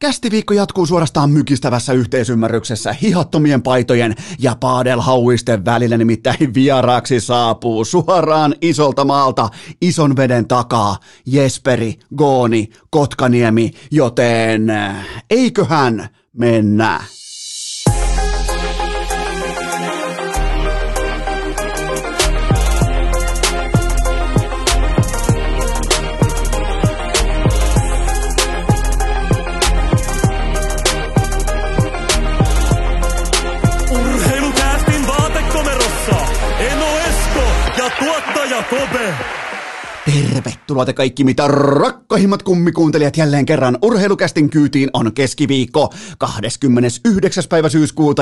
Kästiviikko jatkuu suorastaan mykistävässä yhteisymmärryksessä hihattomien paitojen ja paadelhauisten välillä, nimittäin vieraaksi saapuu suoraan isolta maalta ison veden takaa Jesperi, Gooni, Kotkaniemi, joten eiköhän mennä. Tervetuloa te kaikki mitä rakkahimmat kummikuuntelijat jälleen kerran Urheilukästin kyytiin. On keskiviikko 29. päivä syyskuuta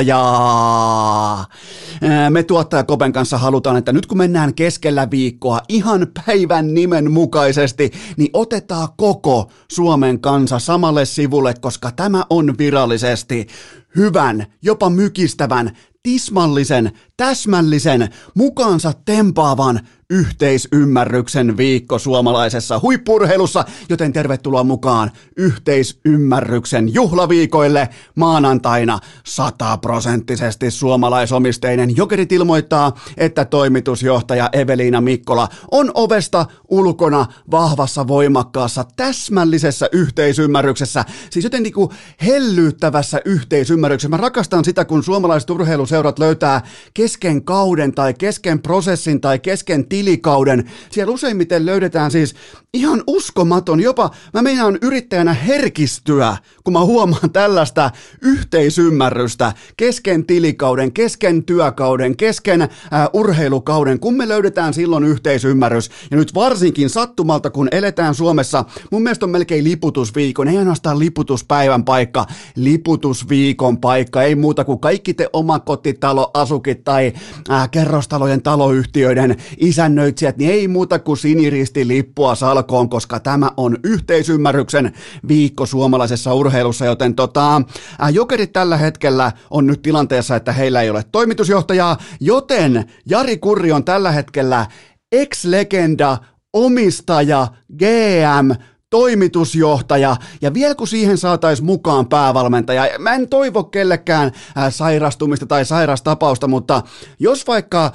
ja me tuottaja Kopen kanssa halutaan, että nyt kun mennään keskellä viikkoa ihan päivän nimen mukaisesti, niin otetaan koko Suomen kansa samalle sivulle, koska tämä on virallisesti hyvän, jopa mykistävän, tismallisen, täsmällisen, mukaansa tempaavan yhteisymmärryksen viikko suomalaisessa huippu-urheilussa, joten tervetuloa mukaan yhteisymmärryksen juhlaviikoille maanantaina 100% suomalaisomisteinen. Jokerit ilmoittaa, että toimitusjohtaja Eveliina Mikkola on ovesta ulkona vahvassa, voimakkaassa, täsmällisessä yhteisymmärryksessä, siis joten niin kuin hellyyttävässä yhteisymmärryksessä. Mä rakastan sitä, kun suomalaiset urheiluseurat löytää kesken kauden tai kesken prosessin tai kesken tilikauden. Siellä useimmiten löydetään siis ihan uskomaton, jopa mä meinaan yrittäjänä herkistyä, kun mä huomaan tällaista yhteisymmärrystä kesken tilikauden, kesken työkauden, kesken urheilukauden, kun me löydetään silloin yhteisymmärrys. Ja nyt varsinkin sattumalta, kun eletään Suomessa, mun mielestä on melkein liputusviikon, ei ainoastaan liputuspäivän paikka, liputusviikon paikka, ei muuta kuin kaikki te omakotitaloasukit tai kerrostalojen taloyhtiöiden isännöitsijät, niin ei muuta kuin siniristilippua salkoon, koska tämä on yhteisymmärryksen viikko suomalaisessa urheilussa, joten Jokerit tällä hetkellä on nyt tilanteessa, että heillä ei ole toimitusjohtajaa, joten Jari Kurri on tällä hetkellä ex-legenda, omistaja, GM, toimitusjohtaja, ja vielä kun siihen saataisiin mukaan päävalmentaja, mä en toivo kellekään sairastumista tai sairastapausta, mutta jos vaikka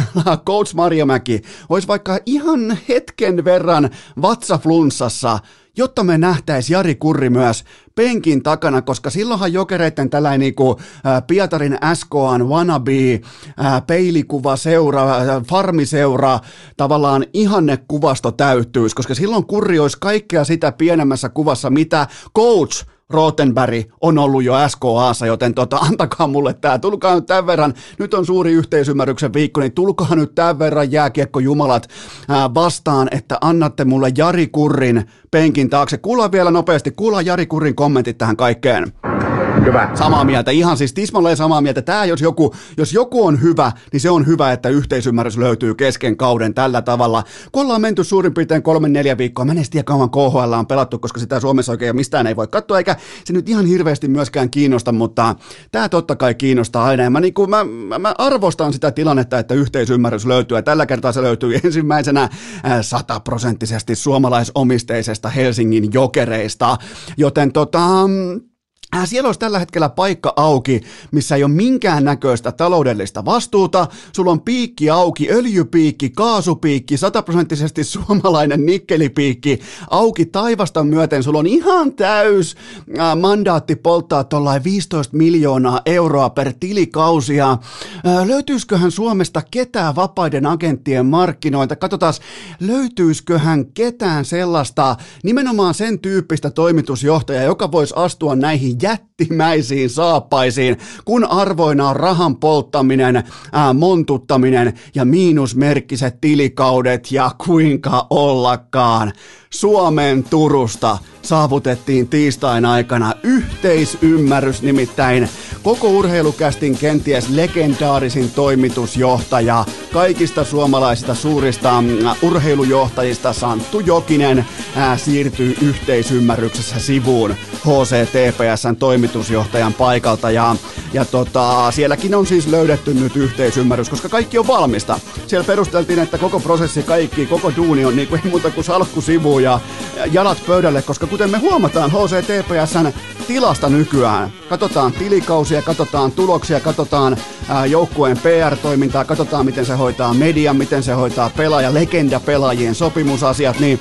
coach Marjamäki olisi vaikka ihan hetken verran vatsaflunssassa, jotta me nähtäisi Jari Kurri myös penkin takana, koska silloinhan Jokereiden tällainen niinku Pietarin SKAn wannabe, peilikuvaseura, farmiseura, tavallaan ihannekuvasto täyttyisi, koska silloin Kurri olisi kaikkea sitä pienemmässä kuvassa, mitä coach Rothenberg on ollut jo SKA:ssa, joten antakaa mulle tää, tulkaa nyt tämän verran, nyt on suuri yhteisymmärryksen viikko, niin tulkaa nyt tämän verran jääkiekkojumalat vastaan, että annatte mulle Jari Kurrin penkin taakse. Kuullaan vielä nopeasti, kuullaan Jari Kurrin kommentit tähän kaikkeen. Hyvä. Samaa mieltä, ihan siis tismalleen samaa mieltä. Tämä jos joku on hyvä, niin se on hyvä, että yhteisymmärrys löytyy kesken kauden tällä tavalla. Kun ollaan menty suurin piirtein 3-4 viikkoa, mä en tiedä kauan KHL on pelattu, koska sitä Suomessa oikein mistään ei voi katsoa, eikä se nyt ihan hirveästi myöskään kiinnosta, mutta tämä totta kai kiinnostaa aina. Ja mä arvostan sitä tilannetta, että yhteisymmärrys löytyy, ja tällä kertaa se löytyy ensimmäisenä 100% suomalaisomisteisesta Helsingin Jokereista, joten siellä olisi tällä hetkellä paikka auki, missä ei ole minkään näköistä taloudellista vastuuta. Sulla on piikki auki, öljypiikki, kaasupiikki, 100% suomalainen nikkelipiikki auki taivasta myöten. Sulla on ihan täys mandaatti polttaa tuollain 15 miljoonaa euroa per tilikausia. Löytyisiköhän Suomesta ketään vapaiden agenttien markkinoilta? Katsotaan, löytyisiköhän ketään sellaista, nimenomaan sen tyyppistä toimitusjohtajaa, joka voisi astua näihin jättimäisiin saappaisiin, kun arvoina on rahan polttaminen, montuttaminen ja miinusmerkkiset tilikaudet ja kuinka ollakaan. Suomen Turusta saavutettiin tiistain aikana yhteisymmärrys, nimittäin koko Urheilukästin kenties legendaarisin toimitusjohtaja kaikista suomalaisista suurista urheilujohtajista Santtu Jokinen siirtyy yhteisymmärryksessä sivuun HCTPS:n toimitusjohtajan paikalta ja sielläkin on siis löydetty nyt yhteisymmärrys, koska kaikki on valmista. Siellä perusteltiin, että koko prosessi, koko duuni on niin kuin ei muuta kuin salkku sivuun ja jalat pöydälle, koska kuten me huomataan HCTPS:n tilasta nykyään, katsotaan tilikausia, katsotaan tuloksia, katsotaan joukkueen PR-toimintaa, katsotaan miten se hoitaa median, miten se hoitaa legendapelaajien sopimusasiat, niin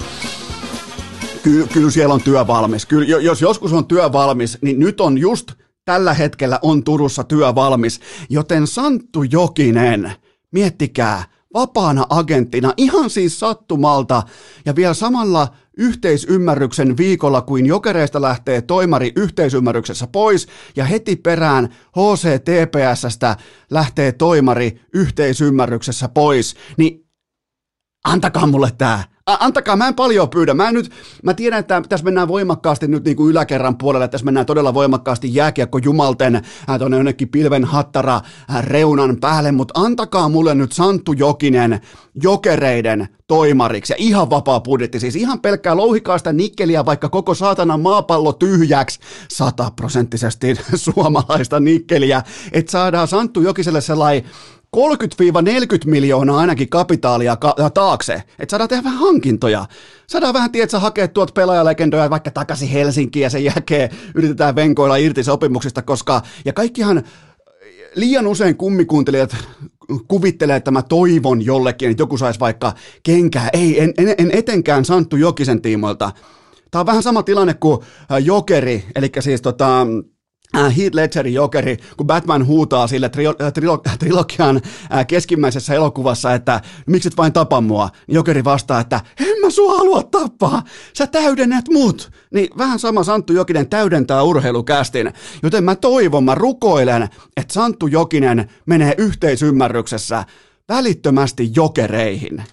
kyllä siellä on työ valmis. Kyllä, jos joskus on työ valmis, niin nyt on just tällä hetkellä on Turussa työ valmis, joten Santtu Jokinen, miettikää, vapaana agenttina, ihan siis sattumalta ja vielä samalla yhteisymmärryksen viikolla, kuin Jokereista lähtee toimari yhteisymmärryksessä pois ja heti perään HCTPS:stä lähtee toimari yhteisymmärryksessä pois, niin antakaa mulle tää. Antakaa, mä en paljon pyydä. Mä tiedän, että tässä mennään voimakkaasti nyt niin kuin yläkerran puolelle, tässä mennään todella voimakkaasti jääkiekkojumalten tuonne jonnekin pilven hattara reunan päälle, mutta antakaa mulle nyt Santtu Jokinen Jokereiden toimariksi ja ihan vapaa budjetti, siis ihan pelkkää louhikaasta nikkeliä, vaikka koko saatanan maapallo tyhjäksi 100% suomalaista nikkeliä, että saadaan Santtu Jokiselle sellainen 30-40 miljoonaa ainakin kapitaalia taakse, että saadaan tehdä vähän hankintoja. Saadaan vähän, tiedätkö, hakea tuolta pelaajalegendoja vaikka takaisin Helsinkiin ja sen jälkeen yritetään venkoilla irti sopimuksista, koska, ja kaikkihan liian usein kummikuuntelijat kuvittelee, että mä toivon jollekin, että joku saisi vaikka kenkää. Ei, en etenkään Santtu Jokisen tiimoilta. Tämä on vähän sama tilanne kuin Jokeri, eli siis Heath Ledgerin Jokeri, kun Batman huutaa sille trilogian keskimmäisessä elokuvassa, että miksi et vain tapa mua, niin Jokeri vastaa, että en mä sua halua tappaa, sä täydennät mut. Niin vähän sama Santtu Jokinen täydentää urheilukästin, joten mä toivon, mä rukoilen, että Santtu Jokinen menee yhteisymmärryksessä välittömästi Jokereihin.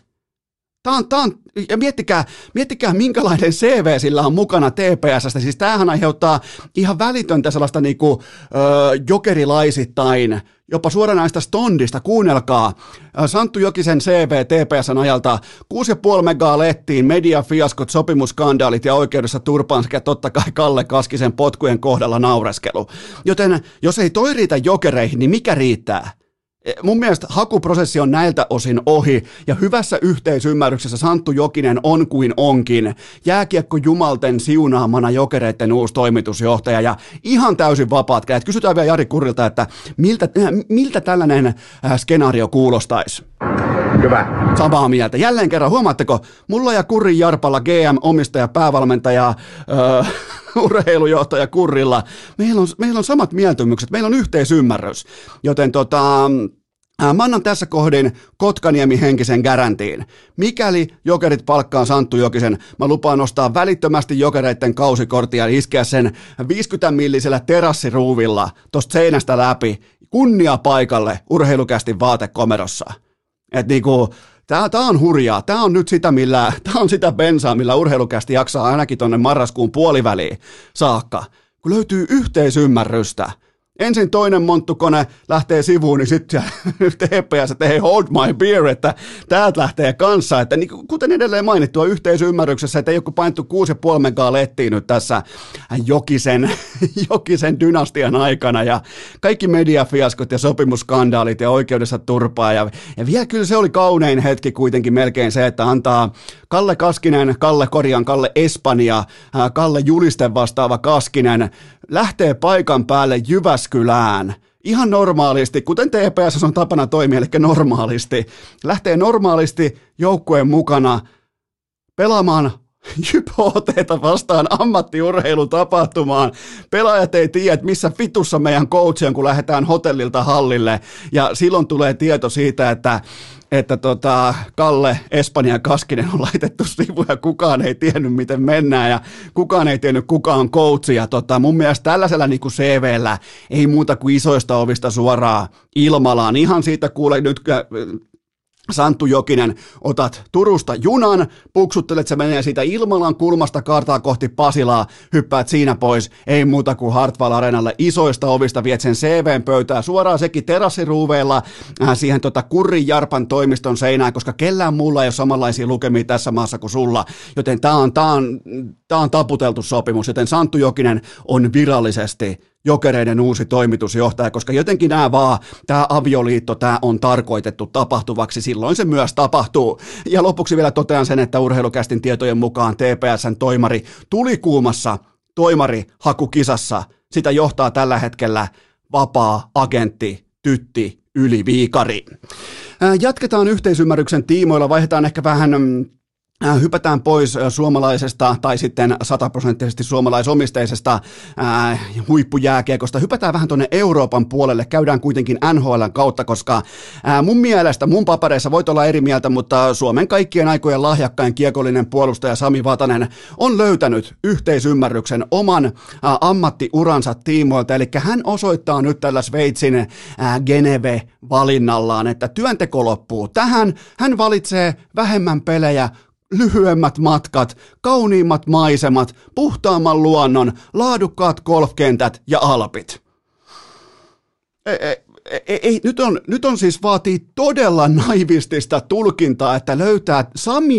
Ja miettikää minkälainen CV sillä on mukana TPS:stä, siis tämähän aiheuttaa ihan välitöntä sellaista niinku jokerilaisittain, jopa suoranaista stondista, kuunnelkaa, Santtu Jokisen CV TPS:n ajalta 6,5 megaa lettiin, mediafiaskot, sopimusskandaalit ja oikeudessa turpaan sekä totta kai Kalle Kaskisen potkujen kohdalla naureskelu. Joten jos ei toi riitä Jokereihin, niin mikä riittää? Mun mielestä hakuprosessi on näiltä osin ohi, ja hyvässä yhteisymmärryksessä Santtu Jokinen on kuin onkin jääkiekkojumalten siunaamana Jokereiden uusi toimitusjohtaja, ja ihan täysin vapaat kädet. Kysytään vielä Jari Kurrilta, että miltä tällainen skenaario kuulostaisi? Hyvä. Samaa mieltä. Jälleen kerran, huomaatteko, mulla ja Kurrin Jarpalla, GM, omistaja, päävalmentaja, urheilujohtaja Kurrilla, meillä on samat mieltymykset, meillä on yhteisymmärrys, joten mä annan tässä kohdin Kotkaniemi henkisen garantiin. Mikäli Jokerit palkkaa Santtu Jokisen, mä lupaan nostaa välittömästi Jokereiden kausikorttia ja iskeä sen 50-millisellä terassiruuvilla tosta seinästä läpi kunnia paikalle urheilukästin vaatekomerossa. Että niinku, tää on hurjaa, tää on nyt sitä bensaa, millä urheilukästi jaksaa ainakin tonne marraskuun puoliväliin saakka, kun löytyy yhteisymmärrystä. Ensin toinen monttukone lähtee sivuun, niin sitten TPS, että hei, hold my beer, että täältä lähtee kanssa. Että niin, kuten edelleen mainittua yhteisymmärryksessä, että ei joku painettu 6,5 megaa lettiin nyt tässä Jokisen dynastian aikana. Ja kaikki mediafiaskot ja sopimusskandaalit ja oikeudessa turpaa. Ja vielä kyllä se oli kaunein hetki kuitenkin melkein se, että antaa Kalle Kaskinen, Kalle Espanja, Kalle Julisten vastaava Kaskinen lähtee paikan päälle Jyväskylään ihan normaalisti, kuten TPS on tapana toimia, eli normaalisti. Lähtee normaalisti joukkueen mukana pelaamaan JYP-HT:tä vastaan ammattiurheilutapahtumaan. Pelaajat ei tiedä, että missä vitussa meidän coach on, kun lähdetään hotellilta hallille. Ja silloin tulee tieto siitä, että Kalle, Espanja ja Kaskinen on laitettu sivuun ja kukaan ei tiennyt, miten mennään ja kukaan ei tiennyt, kuka on coach. Ja mun mielestä tällaisella niin kuin CV:llä ei muuta kuin isoista ovista suoraan Ilmalaan. Ihan siitä kuule nyt Santtu Jokinen, otat Turusta junan, puksuttelet, se menee siitä Ilmalan kulmasta kartaa kohti Pasilaa, hyppäät siinä pois, ei muuta kuin Hartwall Areenalle isoista ovista, viet sen CVn pöytään, suoraan sekin terassiruuveilla siihen Kurrin Jarpan toimiston seinään, koska kellään muulla ei ole samanlaisia lukemia tässä maassa kuin sulla, joten tää on taputeltu sopimus, joten Santtu Jokinen on virallisesti Jokereiden uusi toimitusjohtaja, koska jotenkin tämä avioliitto, tämä on tarkoitettu tapahtuvaksi, silloin se myös tapahtuu. Ja lopuksi vielä totean sen, että Urheilukästin tietojen mukaan TPS:n toimari tulikuumassa toimarihakukisassa, sitä johtaa tällä hetkellä vapaa agentti Tytti Yli-Viikari. Jatketaan yhteisymmärryksen tiimoilla, vaihdetaan ehkä vähän hypätään pois suomalaisesta tai sitten 100% suomalaisomisteisesta huippujääkiekosta. Hypätään vähän tuonne Euroopan puolelle, käydään kuitenkin NHL:n kautta, koska mun mielestä, mun papereissa voit olla eri mieltä, mutta Suomen kaikkien aikojen lahjakkain kiekollinen puolustaja Sami Vatanen on löytänyt yhteisymmärryksen oman ammattiuransa tiimoilta, eli hän osoittaa nyt tällä Sveitsin Geneve-valinnallaan, että työnteko loppuu tähän, hän valitsee vähemmän pelejä, lyhyemmät matkat, kauniimmat maisemat, puhtaamman luonnon, laadukkaat golfkentät ja alpit. Nyt on siis vaatii todella naivistista tulkintaa, että löytää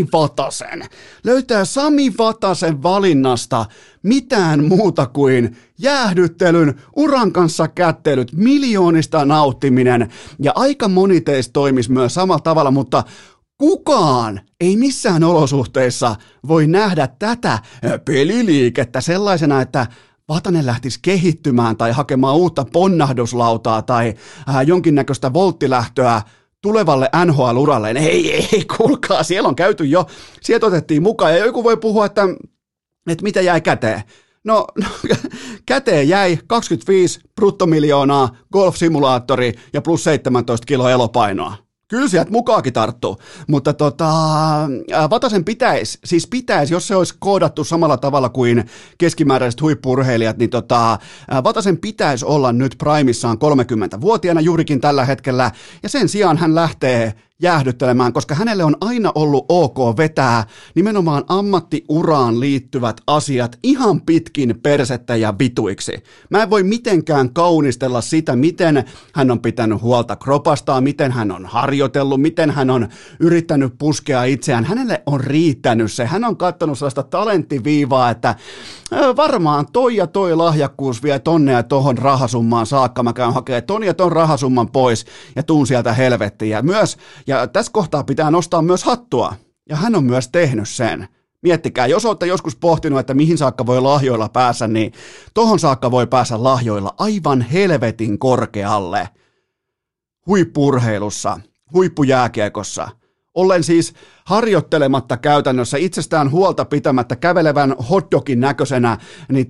Sami Vatasen valinnasta mitään muuta kuin jäähdyttelyn, uran kanssa kättelyt, miljoonista nauttiminen, ja aika moni teistä toimisi myös samalla tavalla, mutta kukaan ei missään olosuhteissa voi nähdä tätä peliliikettä sellaisena, että Vatanen lähtisi kehittymään tai hakemaan uutta ponnahduslautaa tai jonkinnäköistä volttilähtöä tulevalle NHL-uralleen. Ei, kuulkaa, siellä on käyty jo, sieltä otettiin mukaan ja joku voi puhua, että mitä jäi käteen. No, käteen jäi 25 bruttomiljoonaa, golf-simulaattori ja plus 17 kiloa elopainoa. Kyllä sieltä mukaakin tarttuu, mutta Vatasen pitäisi, jos se olisi koodattu samalla tavalla kuin keskimääräiset huippu-urheilijat, niin Vatasen pitäisi olla nyt primissaan 30-vuotiaana juurikin tällä hetkellä, ja sen sijaan hän lähtee jäähdyttelemään, koska hänelle on aina ollut ok vetää nimenomaan ammattiuraan liittyvät asiat ihan pitkin persettä ja vituiksi. Mä en voi mitenkään kaunistella sitä, miten hän on pitänyt huolta kropastaan, miten hän on harjoitellut, miten hän on yrittänyt puskea itseään. Hänelle on riittänyt se. Hän on katsonut sellaista talenttiviivaa, että varmaan toi ja toi lahjakkuus vie tonne ja tohon rahasummaan saakka. Mä käyn hakemaan ton ja ton rahasumman pois ja tuun sieltä helvettiin. Ja tässä kohtaa pitää nostaa myös hattua, ja hän on myös tehnyt sen. Miettikää, jos olette joskus pohtinut, että mihin saakka voi lahjoilla päässä, niin tohon saakka voi päästä lahjoilla aivan helvetin korkealle. Huippu-urheilussa, huippujääkiekossa, ollen siis harjoittelematta käytännössä, itsestään huolta pitämättä, kävelevän hotdogin näköisenä, niin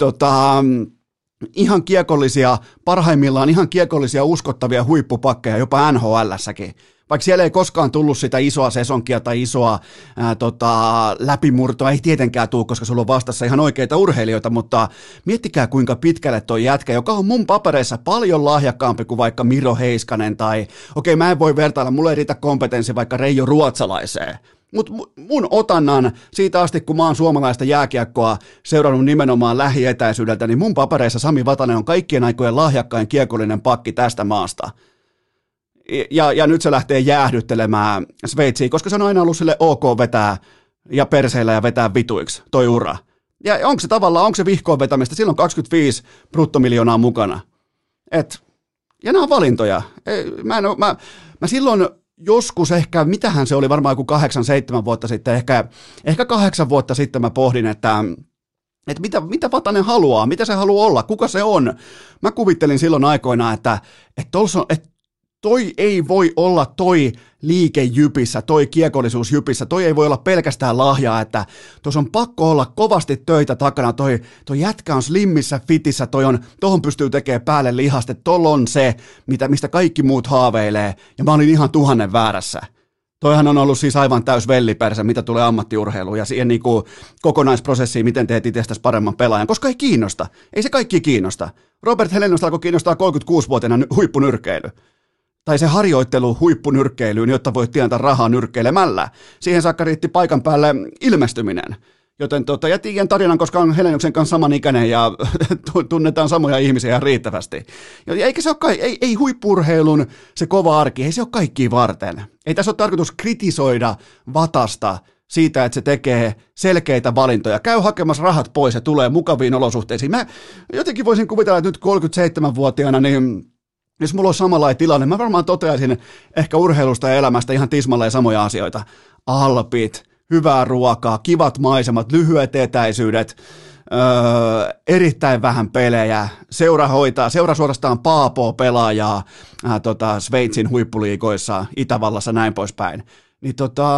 ihan kiekollisia, parhaimmillaan ihan kiekollisia uskottavia huippupakkeja jopa NHL:ssäkin. Vaikka siellä ei koskaan tullut sitä isoa sesonkia tai isoa läpimurtoa, ei tietenkään tule, koska sulla on vastassa ihan oikeita urheilijoita, mutta miettikää kuinka pitkälle toi jätkä, joka on mun papereissa paljon lahjakkaampi kuin vaikka Miro Heiskanen tai, okei, mä en voi vertailla, mulla ei riitä kompetenssi vaikka Reijo Ruotsalaiseen. Mutta mun otannan siitä asti, kun mä oon suomalaista jääkiekkoa seurannut nimenomaan lähietäisyydeltä, niin mun papereissa Sami Vatanen on kaikkien aikojen lahjakkain kiekollinen pakki tästä maasta. Ja nyt se lähtee jäähdyttelemään Sveitsiin, koska se on aina ollut sille ok vetää ja perseillä ja vetää vituiksi toi ura. Ja onko se vihkoon vetämistä, silloin 25 bruttomiljoonaa mukana. Ja nämä on valintoja. Mä silloin joskus ehkä, mitähän se oli, varmaan joku 8-7 vuotta sitten, ehkä 8 vuotta sitten mä pohdin, että mitä Vatanen haluaa, mitä se haluaa olla, kuka se on. Mä kuvittelin silloin aikoinaan, että toi ei voi olla toi liike jypissä, toi kiekollisuus jypissä, toi ei voi olla pelkästään lahjaa, että tuossa on pakko olla kovasti töitä takana, toi jätkä on slimmissä fitissä, tohon pystyy tekemään päälle lihasta, tolla on se, mistä kaikki muut haaveilee, ja mä olin ihan 1000 väärässä. Toihan on ollut siis aivan täys vellipersä, mitä tulee ammattiurheiluun ja siihen niin kuin kokonaisprosessiin, miten teet itsestäsi paremman pelaajan, koska ei kiinnosta, ei se kaikki kiinnosta. Robert Helenosta alkoi kiinnostaa 36-vuotiaana huippunyrkkeily. tai se harjoittelu huippunyrkkeilyyn, jotta voit tienata rahaa nyrkkeilemällä. Siihen saakka riitti paikan päälle ilmestyminen. Joten ja tiedän tarinan, koska on Heleniuksen kanssa samanikäinen ja tunnetaan samoja ihmisiä ihan riittävästi. Eikä se ole ei huippu-urheilun se kova arki, ei se ole kaikkia varten. Ei tässä ole tarkoitus kritisoida Vatasta siitä, että se tekee selkeitä valintoja. Käy hakemassa rahat pois ja tulee mukaviin olosuhteisiin. Mä jotenkin voisin kuvitella, että nyt 37-vuotiaana, niin jos mulla olisi samanlainen tilanne, mä varmaan toteaisin ehkä urheilusta ja elämästä ihan tismalleen samoja asioita. Alpit, hyvää ruokaa, kivat maisemat, lyhyet etäisyydet, erittäin vähän pelejä, seura suorastaan paapoo pelaajaa Sveitsin huippuliigoissa, Itävallassa näin poispäin. Niin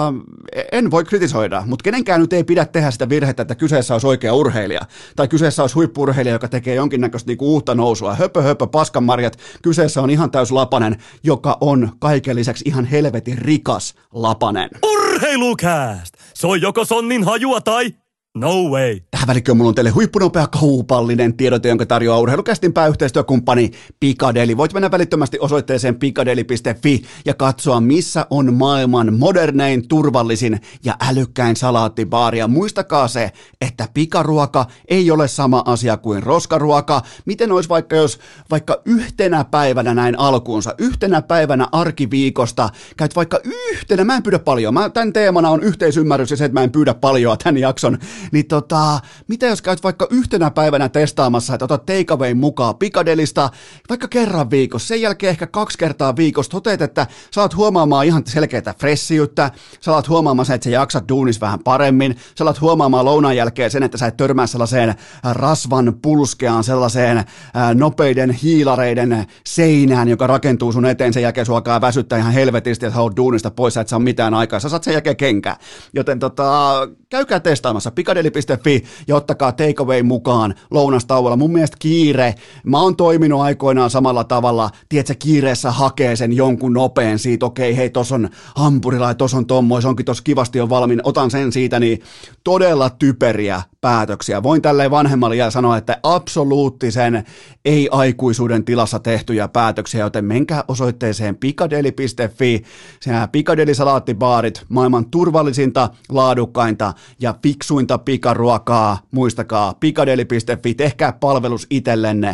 en voi kritisoida, mutta kenenkään nyt ei pidä tehdä sitä virhettä, että kyseessä olisi oikea urheilija. Tai kyseessä olisi huippu-urheilija, joka tekee jonkinnäköistä niinku uutta nousua. Höpö, paskanmarjat. Kyseessä on ihan täys lapanen, joka on kaiken lisäksi ihan helvetin rikas lapanen. Urheilukääst! Se on joko sonnin hajua tai no way. Tähän välikköön mulla on teille huippunopea kaupallinen tiedote, jonka tarjoaa Urheilukästin pääyhteistyökumppani Pikadeli. Voit mennä välittömästi osoitteeseen pikadeli.fi ja katsoa, missä on maailman modernein, turvallisin ja älykkäin salaattibaari. Ja muistakaa se, että pikaruoka ei ole sama asia kuin roskaruoka. Miten olisi vaikka yhtenä päivänä näin alkuunsa, yhtenä päivänä arkiviikosta, käyt vaikka yhtenä, mä en pyydä paljon, tämän teemana on yhteisymmärrys ja se, että mä en pyydä paljon tämän jakson, niin mitä jos käyt vaikka yhtenä päivänä testaamassa, että otat takeawayn mukaan Pikadelista, vaikka kerran viikossa, sen jälkeen ehkä 2 kertaa viikossa, toteat, että sä oot huomaamaan ihan selkeätä fressiyttä, sä oot huomaamaan sen, että sä jaksat duunis vähän paremmin, sä oot huomaamaan lounaan jälkeen sen, että sä et törmää sellaiseen rasvan pulskeaan, sellaiseen nopeiden hiilareiden seinään, joka rakentuu sun eteen, sen jälkeen sua alkaa väsyttää ihan helvetisti, että sä oot duunista pois, sä et saa mitään aikaa, sä saat sen jälkeen kenkää, joten käykää testaamassa pikadeli.fi ja ottakaa takeaway mukaan lounastauolla. Mun mielestä kiire, mä oon toiminut aikoinaan samalla tavalla, tiedätkö, kiireessä hakee sen jonkun nopeen siitä, okei, hei, tos on hampurila ja tos on tommois, onkin tos kivasti jo valmiin, otan sen siitä, niin todella typeriä päätöksiä. Voin tälleen vanhemmalle ja sanoa, että absoluuttisen ei-aikuisuuden tilassa tehtyjä päätöksiä, joten menkää osoitteeseen pikadeli.fi, sehän Pikadeli-salaattibaarit, maailman turvallisinta, laadukkainta ja fiksuinta pikaruokaa, muistakaa pikadeli.fi, tehkää palvelus itsellenne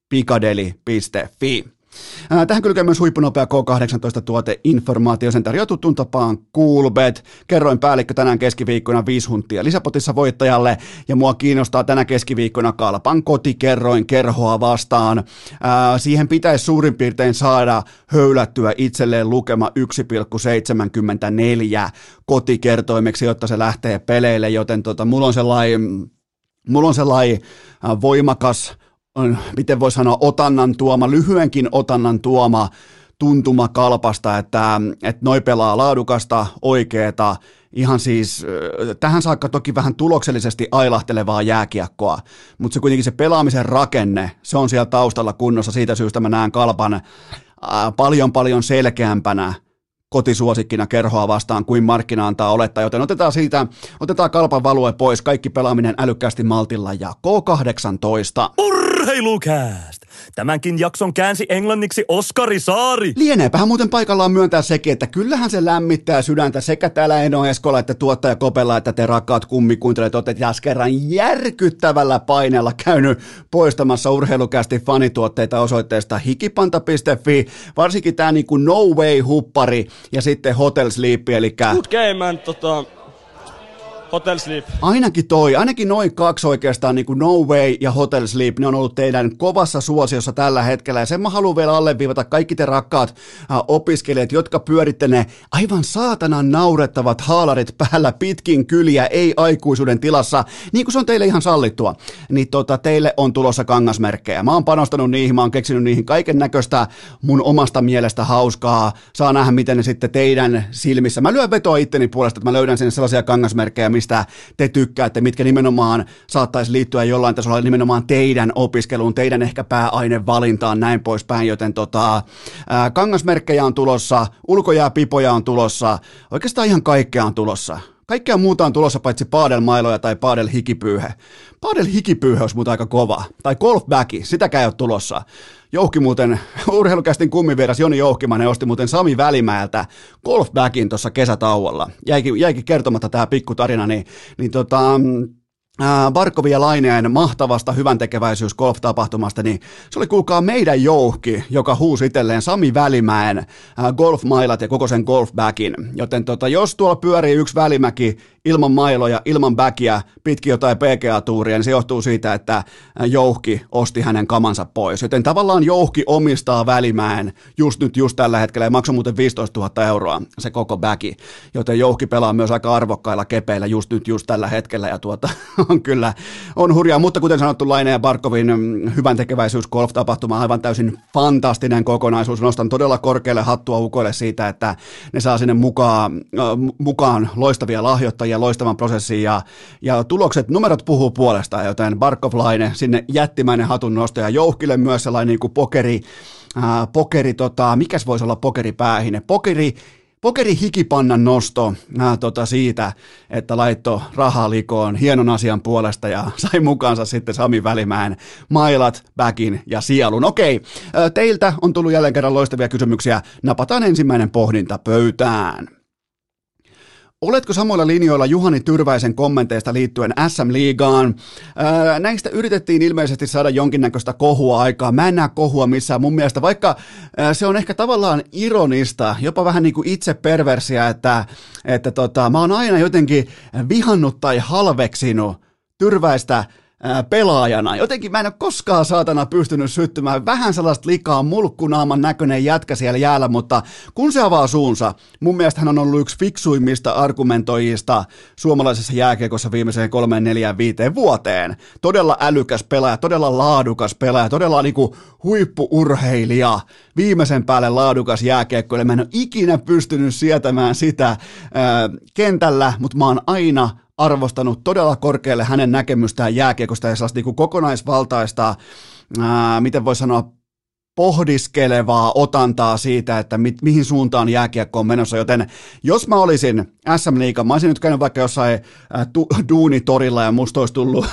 pikadeli.fi. Tähän kylkee myös huippunopea K18-tuoteinformaatio, sen tarjoaa tuttuun tapaan Coolbet. Kerroin päällikkö tänään keskiviikkona 5 huntia lisäpotissa voittajalle, ja mua kiinnostaa tänä keskiviikkona Kalpan kotikerroin kerhoa vastaan. Siihen pitäisi suurin piirtein saada höylättyä itselleen lukema 1,74 kotikertoimeksi, jotta se lähtee peleille, joten mulla on sellainen voimakas, miten voi sanoa, lyhyenkin otannan tuoma tuntuma Kalpasta, että noi pelaa laadukasta, oikeeta, ihan siis tähän saakka toki vähän tuloksellisesti ailahtelevaa jääkiekkoa, mutta se kuitenkin se pelaamisen rakenne, se on siellä taustalla kunnossa, siitä syystä mä näen Kalpan paljon selkeämpänä kotisuosikkina kerhoa vastaan kuin markkina antaa olettaa, joten otetaan Kalpan value pois, kaikki pelaaminen älykkäästi maltilla ja K18. Urheilukääst! Tämänkin jakson käänsi englanniksi Oskari Saari. Lieneepähän muuten paikallaan myöntää sekin, että kyllähän se lämmittää sydäntä sekä täällä Eno Eskola että tuottaja Kopella, että te rakkaat kummikuuntelijat olette taas kerran järkyttävällä paineella käynyt poistamassa Urheilukästin fanituotteita osoitteesta hikipanta.fi, varsinkin tää niinku No Way-huppari ja sitten Hotel Sleep, eli Good game, man, Hotel Sleep. Ainakin noin 2 oikeastaan, niin kuin No Way ja Hotel Sleep, ne on ollut teidän kovassa suosiossa tällä hetkellä, ja sen mä haluan vielä alleviivata kaikki te rakkaat opiskelijat, jotka pyöritte ne aivan saatanan naurettavat haalarit päällä pitkin kyliä, ei aikuisuuden tilassa, niin kuin se on teille ihan sallittua, niin teille on tulossa kangasmerkkejä. Mä oon panostanut niihin, mä oon keksinyt niihin kaiken näköistä mun omasta mielestä hauskaa, saa nähdä miten ne sitten teidän silmissä. Mä lyön vetoa itteni puolesta, että mä löydän sinne sellaisia kangasmerkkejä, mistä te tykkäätte, mitkä nimenomaan saattaisi liittyä jollain tasolla nimenomaan teidän opiskeluun, teidän ehkä pääainevalintaan, näin poispäin, joten kangasmerkkejä on tulossa, ulkojääpipoja on tulossa, oikeastaan ihan kaikkea on tulossa. Kaikkea muuta on tulossa paitsi paadelmailoja tai paadelhikipyyhe. Paadelhikipyyhe olisi muuten aika kova. Tai golfbacki, sitäkään ei ole tulossa. Jouhki muuten, urheilukästin kummivieras Joni Jouhkimainen osti muuten Sami Välimäeltä golfbackin tuossa kesätauolla. Jäikin kertomatta tämä pikku tarina, niin Barkovin ja Laineen mahtavasta hyväntekeväisyys golf-tapahtumasta, niin se oli kuulkaa meidän Jouhki, joka huusi itselleen Sami Välimäen golfmailat ja koko sen golfbackin. Joten jos tuolla pyörii yksi välimäki ilman mailoja, ilman backia, pitkin jotain PGA-tuuria, niin se johtuu siitä, että Jouhki osti hänen kamansa pois. Joten tavallaan Jouhki omistaa Välimäen just tällä hetkellä ja maksoi muuten 15 000 euroa se koko backi. Joten Jouhki pelaa myös aika arvokkailla kepeillä just tällä hetkellä ja on hurjaa. Mutta kuten sanottu, Laine ja Barkovin hyväntekeväisyys golf-tapahtuma aivan täysin fantastinen kokonaisuus. Nostan todella korkealle hattua ukoille siitä, että ne saa sinne mukaan loistavia lahjoittajia, loistavan prosessin ja tulokset, numerot puhuu puolestaan, joten Barkov Laine sinne jättimäinen hatun nosto ja Jouhkille myös sellainen niin kuin pokeri, mikäs voisi olla pokeripäähine, pokeri hikipannan nosto siitä, että laitto rahaa likoon hienon asian puolesta ja sai mukaansa sitten Sami Välimäen mailat, backin ja sielun. Okei, teiltä on tullut jälleen kerran loistavia kysymyksiä. Napataan ensimmäinen pohdinta pöytään. Oletko samoilla linjoilla Juhani Tyrväisen kommenteista liittyen SM-liigaan? Näistä yritettiin ilmeisesti saada jonkinnäköistä kohua aikaa. Mä en näe kohua missään. Mun mielestä vaikka se on ehkä tavallaan ironista, jopa vähän niin kuin itse perversiä, että mä oon aina jotenkin vihannut tai halveksinut Tyrväistä pelaajana. Jotenkin mä en ole koskaan saatana pystynyt syttymään. Vähän sellaista likaa mulkkunaaman näköinen jätkä siellä jäällä, mutta kun se avaa suunsa, mun mielestä hän on ollut yksi fiksuimmista argumentoijista suomalaisessa jääkiekossa viimeiseen 3, 4, 5 vuoteen. Todella älykäs pelaaja, todella laadukas pelaaja, todella niinku huippu-urheilija, viimeisen päälle laadukas jääkiekkoilija. Mä en ole ikinä pystynyt sietämään sitä kentällä, mutta mä oon aina arvostanut todella korkealle hänen näkemystään jääkiekosta ja sellaista niin kuin kokonaisvaltaista, miten voi sanoa, pohdiskelevaa otantaa siitä, että mihin suuntaan jääkiekko on menossa, joten jos mä olisin SM-liigan, mä olisin nyt käynyt vaikka jossain duunitorilla ja musta olisi tullut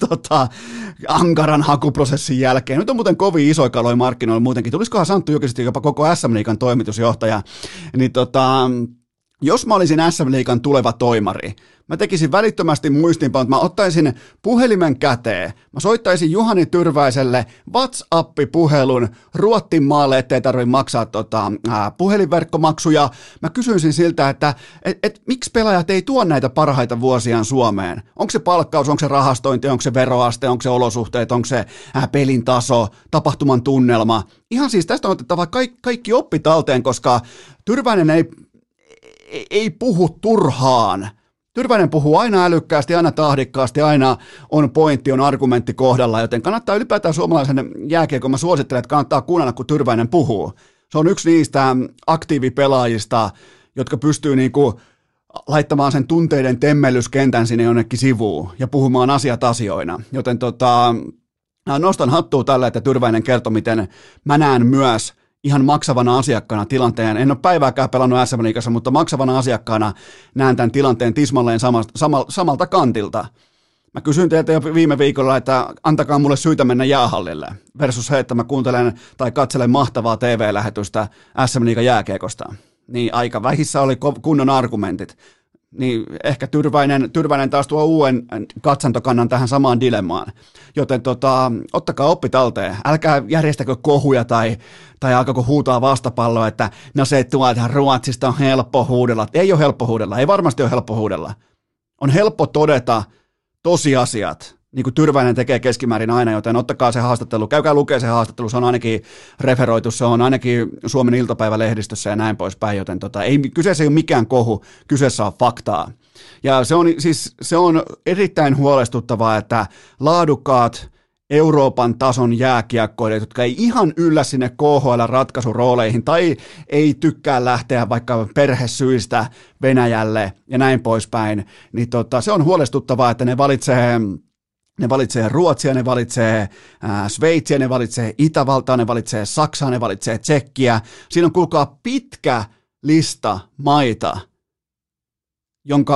ankaran hakuprosessin jälkeen, nyt on muuten kovin isoja kaloja markkinoilla muutenkin, tulisikohan Santtu Jokisesti jopa koko SM-liigan toimitusjohtaja, niin jos mä olisin SM-liigan tuleva toimari, mä tekisin välittömästi muistiinpanoa, että mä ottaisin puhelimen käteen, mä soittaisin Juhani Tyrväiselle WhatsApp-puhelun Ruottin maalle, ettei tarvitse maksaa puhelinverkkomaksuja. Mä kysyisin siltä, että miksi pelaajat ei tuo näitä parhaita vuosiaan Suomeen? Onko se palkkaus, onko se rahastointi, onko se veroaste, onko se olosuhteet, onko se pelin taso, tapahtuman tunnelma? Ihan siis tästä on otettava kaikki oppi talteen, koska Tyrväinen ei puhu turhaan. Tyrväinen puhuu aina älykkäästi, aina tahdikkaasti, aina on pointti, on argumentti kohdalla, joten kannattaa ylipäätään suomalaisen jääkiekon, mä suosittelen, että kannattaa kuunnella, kun Tyrväinen puhuu. Se on yksi niistä aktiivipelaajista, jotka pystyy niinku laittamaan sen tunteiden temmellyskentän sinne jonnekin sivuun ja puhumaan asiat asioina, joten nostan hattua tällä, että Tyrväinen kertoo, miten mä näen myös ihan maksavana asiakkaana tilanteen, en ole päivääkään pelannut SM-liigassa, mutta maksavana asiakkaana näen tämän tilanteen tismalleen samalta kantilta. Mä kysyin teiltä jo viime viikolla, että antakaa mulle syytä mennä jäähallille, versus se, että mä kuuntelen tai katselen mahtavaa TV-lähetystä SM-liigan jääkiekosta. Niin aika vähissä oli kunnon argumentit. Niin ehkä Tyrväinen taas tuo uuden katsantokannan tähän samaan dilemmaan. Joten ottakaa oppi talteen. Älkää järjestäkö kohuja tai alkako huutaa vastapalloa, että no se tuolta Ruotsista on helppo huudella. Ei ole helppo huudella, ei varmasti ole helppo huudella. On helppo todeta tosiasiat, niin kuin Tyrväinen tekee keskimäärin aina, joten ottakaa se haastattelu, käykää lukea se haastattelu, se on ainakin referoitu, se on ainakin Suomen iltapäivälehdistössä ja näin poispäin, joten kyseessä ei ole mikään kohu, kyseessä on faktaa. Ja se on erittäin huolestuttavaa, että laadukkaat Euroopan tason jääkiekkoilijat, jotka ei ihan yllä sinne KHL-ratkaisurooleihin tai ei tykkää lähteä vaikka perhesyistä Venäjälle ja näin poispäin, niin se on huolestuttavaa, että ne valitsee Ruotsia, ne valitsee Sveitsiä, ne valitsee Itävaltaa, ne valitsee Saksaa, ne valitsee Tsekkiä. Siinä on kuulkaa pitkä lista maita, jonka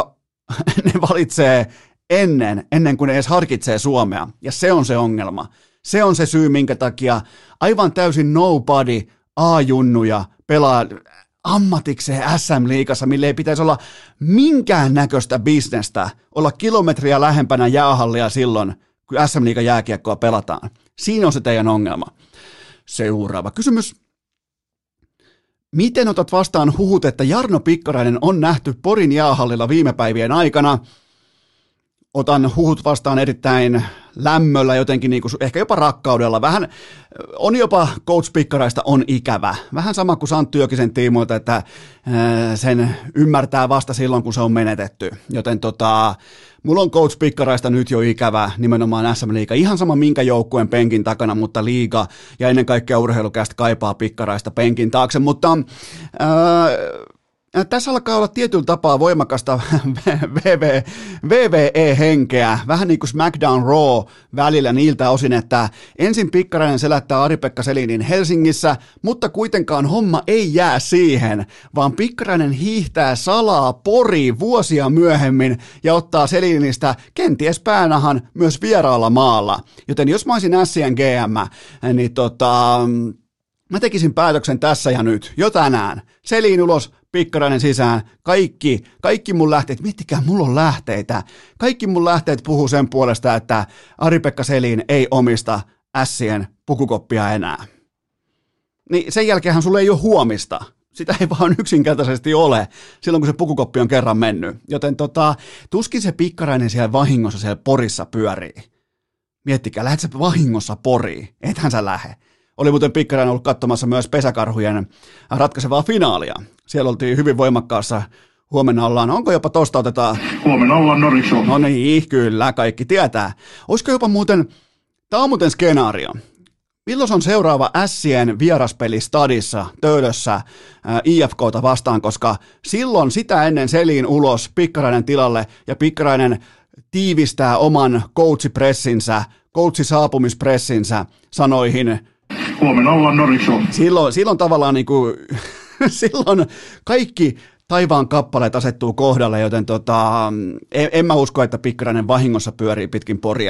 ne valitsee ennen kuin ne edes harkitsee Suomea. Ja se on se ongelma. Se on se syy, minkä takia aivan täysin nobody A-junnuja pelaa ammatikseen SM-liigassa, mille ei pitäisi olla minkäännäköistä bisnestä, olla kilometriä lähempänä jäähallia silloin, kun SM-liigan jääkiekkoa pelataan. Siinä on se teidän ongelma. Seuraava kysymys. Miten otat vastaan huhut, että Jarno Pikkarainen on nähty Porin jäähallilla viime päivien aikana? Otan huhut vastaan erittäin lämmöllä, jotenkin niin kuin, ehkä jopa rakkaudella. Vähän on jopa Coach Pikkaraista on ikävä. Vähän sama kuin Santtu Jokisen tiimoilta, että sen ymmärtää vasta silloin, kun se on menetetty. Joten mulla on Coach Pikkaraista nyt jo ikävä, nimenomaan SM-liiga. Ihan sama minkä joukkueen penkin takana, mutta liiga ja ennen kaikkea urheilukästä kaipaa Pikkaraista penkin taakse. Mutta tässä alkaa olla tietyllä tapaa voimakasta VVE-henkeä, vähän niin kuin SmackDown Raw välillä niiltä osin, että ensin Pikkarainen selättää Ari-Pekka Selinin Helsingissä, mutta kuitenkaan homma ei jää siihen, vaan Pikkarainen hiihtää salaa Poriin vuosia myöhemmin ja ottaa Selinistä kenties päänahan myös vieraalla maalla. Joten jos mä olisin Sien GM, niin mä tekisin päätöksen tässä ja nyt, jo tänään. Selin ulos, Pikkarainen sisään, kaikki mun lähteet, miettikää, mulla on lähteitä. Kaikki mun lähteet puhuu sen puolesta, että Ari-Pekka Selin ei omista Sien pukukoppia enää. Niin sen jälkeenhän sulle ei ole huomista. Sitä ei vaan yksinkertaisesti ole silloin, kun se pukukoppi on kerran mennyt. Joten tuskin se Pikkarainen siellä vahingossa siellä Porissa pyörii. Miettikää, lähdet sä vahingossa Poriin? Ethän sä lähe. Oli muuten Pikkarainen ollut katsomassa myös pesäkarhujen ratkaisevaa finaalia. Siellä oltiin hyvin voimakkaassa. Huomenna onko jopa tosta otetaan? Huomenna ollaan Norikso. No niin, kyllä, kaikki tietää. Olisiko jopa muuten, tämä on muuten skenaario. Milloin on seuraava Sien vieraspeli Stadissa, Töölössä, IFK:ta vastaan, koska silloin sitä ennen Selin ulos, Pikkarainen tilalle ja Pikkarainen tiivistää oman coachsaapumispressinsä sanoihin. Huomenna ollaan Norikso. Silloin tavallaan niin kuin, silloin kaikki taivaan kappaleet asettuu kohdalle, joten en mä usko, että Pikkarainen vahingossa pyörii pitkin Poria.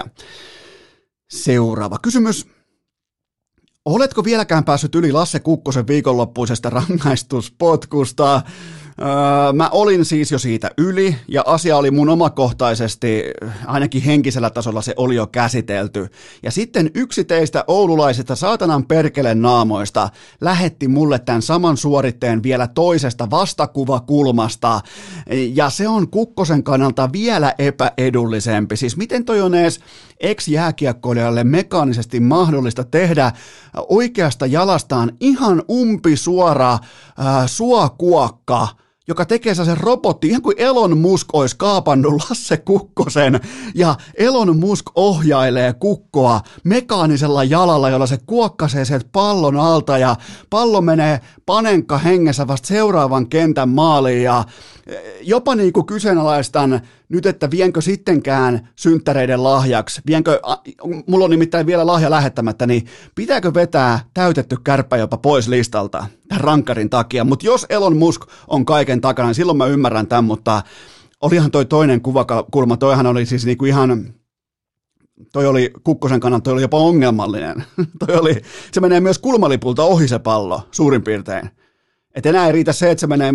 Seuraava kysymys. Oletko vieläkään päässyt yli Lasse Kukkosen viikonloppuisesta rangaistuspotkusta? Mä olin siis jo siitä yli, ja asia oli mun omakohtaisesti, ainakin henkisellä tasolla se oli jo käsitelty. Ja sitten yksi teistä oululaisista saatanan perkelen naamoista lähetti mulle tämän saman suoritteen vielä toisesta vastakuvakulmasta, ja se on Kukkosen kannalta vielä epäedullisempi. Siis miten toi on edes ex-jääkiekkoilijalle mekaanisesti mahdollista tehdä oikeasta jalastaan ihan umpisuora suokuokka, joka tekee sen robotti, ihan kuin Elon Musk olisi kaapannut Lasse Kukkosen, ja Elon Musk ohjailee Kukkoa mekaanisella jalalla, jolla se kuokkasee sieltä pallon alta, ja pallo menee Panenka hengessä vasta seuraavan kentän maaliin, ja jopa niin kuin kyseenalaistan nyt, että vienkö sittenkään synttäreiden lahjaksi, mulla on nimittäin vielä lahja lähettämättä, niin pitääkö vetää täytetty kärppä jopa pois listalta tämän rankkarin takia, mutta jos Elon Musk on kaiken takana, niin silloin mä ymmärrän tämän, mutta olihan toi toinen kuvakulma, toihan oli siis niinku ihan, toi oli Kukkosen kannalta, toi oli jopa ongelmallinen, se menee myös kulmalipulta ohi se pallo, suurin piirtein, et enää ei riitä se, että se menee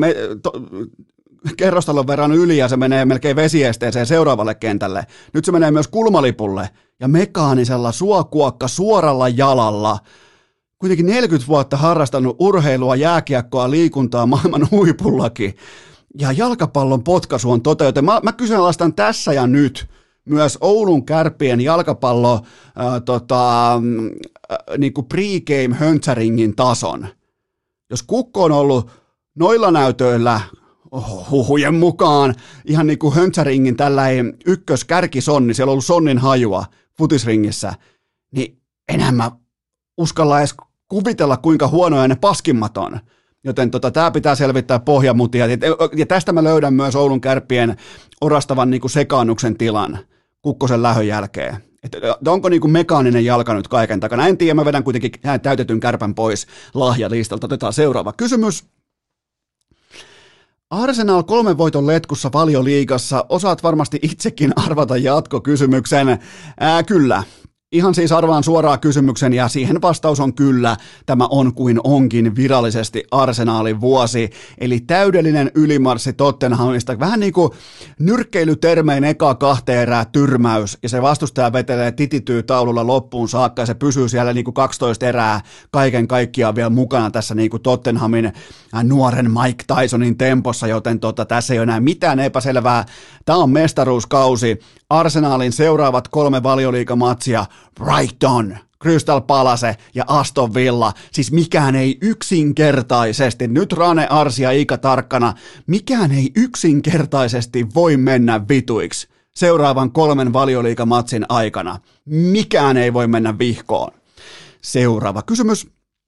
kerrostalon verran yli ja se menee melkein vesiesteeseen seuraavalle kentälle. Nyt se menee myös kulmalipulle ja mekaanisella suokuokka suoralla jalalla. Kuitenkin 40 vuotta harrastanut urheilua, jääkiekkoa, liikuntaa maailman huipullakin. Ja jalkapallon potkaisu on joten mä kyseenalaistan tässä ja nyt myös Oulun Kärppien jalkapallo niin kuin pre-game höntsäringin tason. Jos Kukko on ollut noilla näytöillä huhujen mukaan ihan niin kuin höntsäringin tällainen ykköskärkisonni, siellä on ollut sonnin hajua futisringissä, niin enää mä uskalla edes kuvitella, kuinka huonoja ne paskimmat on. Joten tämä pitää selvittää pohjamutia. Ja tästä mä löydän myös Oulun Kärppien orastavan niin kuin sekaannuksen tilan Kukkosen lähön jälkeen. Että onko niin kuin mekaaninen jalka nyt kaiken takana? En tiedä, mä vedän kuitenkin täytetyn kärpän pois lahjalistalta. Otetaan seuraava kysymys. Arsenal 3 voiton letkussa Valioliigassa. Osaat varmasti itsekin arvata jatkokysymyksen. Kyllä. Ihan siis arvaan suoraan kysymyksen ja siihen vastaus on kyllä. Tämä on kuin onkin virallisesti Arsenalin vuosi. Eli täydellinen ylimarssi Tottenhamista. Vähän niin kuin nyrkkeilytermein eka 2 erää tyrmäys ja se vastustaja vetelee titityy taululla loppuun saakka ja se pysyy siellä niin kuin 12 erää kaiken kaikkiaan vielä mukana tässä niin kuin Tottenhamin nuoren Mike Tysonin tempossa, joten tässä ei ole enää mitään epäselvää. Tämä on mestaruuskausi. Arsenalin seuraavat 3 Valioliigamatsia, Brighton, Crystal Palace ja Aston Villa. Siis mikään ei yksinkertaisesti, nyt Rane, Arsi ja Ika tarkkana, mikään ei yksinkertaisesti voi mennä vituiksi seuraavan 3 Valioliigamatsin aikana. Mikään ei voi mennä vihkoon. Seuraava kysymys.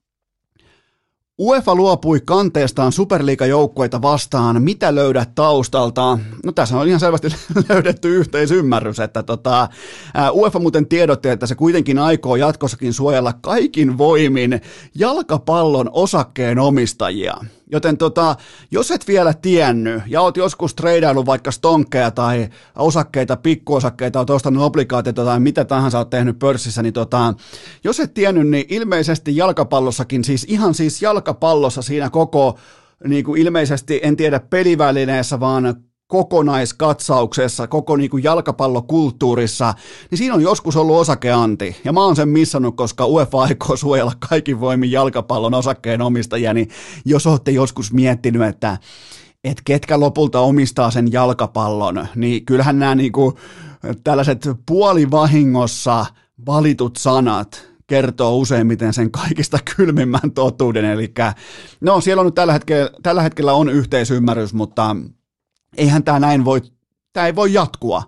UEFA luopui kanteestaan Superliiga-joukkueita vastaan. Mitä löydät taustalta? No tässä on ihan selvästi löydetty yhteisymmärrys, että UEFA muuten tiedotti, että se kuitenkin aikoo jatkossakin suojella kaikin voimin jalkapallon osakkeenomistajia. Joten jos et vielä tiennyt ja oot joskus treidaillut vaikka stonkkeja tai osakkeita, pikkuosakkeita, oot ostanut obligaatioita tai mitä tahansa oot tehnyt pörssissä, niin jos et tiennyt, niin ilmeisesti jalkapallossakin, siis ihan siis jalkapallossa siinä koko, niin kuin ilmeisesti en tiedä pelivälineessä, vaan kokonaiskatsauksessa, koko niin kuin jalkapallokulttuurissa, niin siinä on joskus ollut osakeanti. Ja mä oon sen missannut, koska UEFA aikoo suojella kaikin voimin jalkapallon osakkeenomistajia, niin jos ootte joskus miettinyt, että ketkä lopulta omistaa sen jalkapallon, niin kyllähän nämä niin kuin tällaiset puolivahingossa valitut sanat kertoo useimmiten sen kaikista kylmimmän totuuden. Eli no siellä on nyt tällä hetkellä on yhteisymmärrys, mutta eihän tämä näin voi, tämä ei voi jatkua.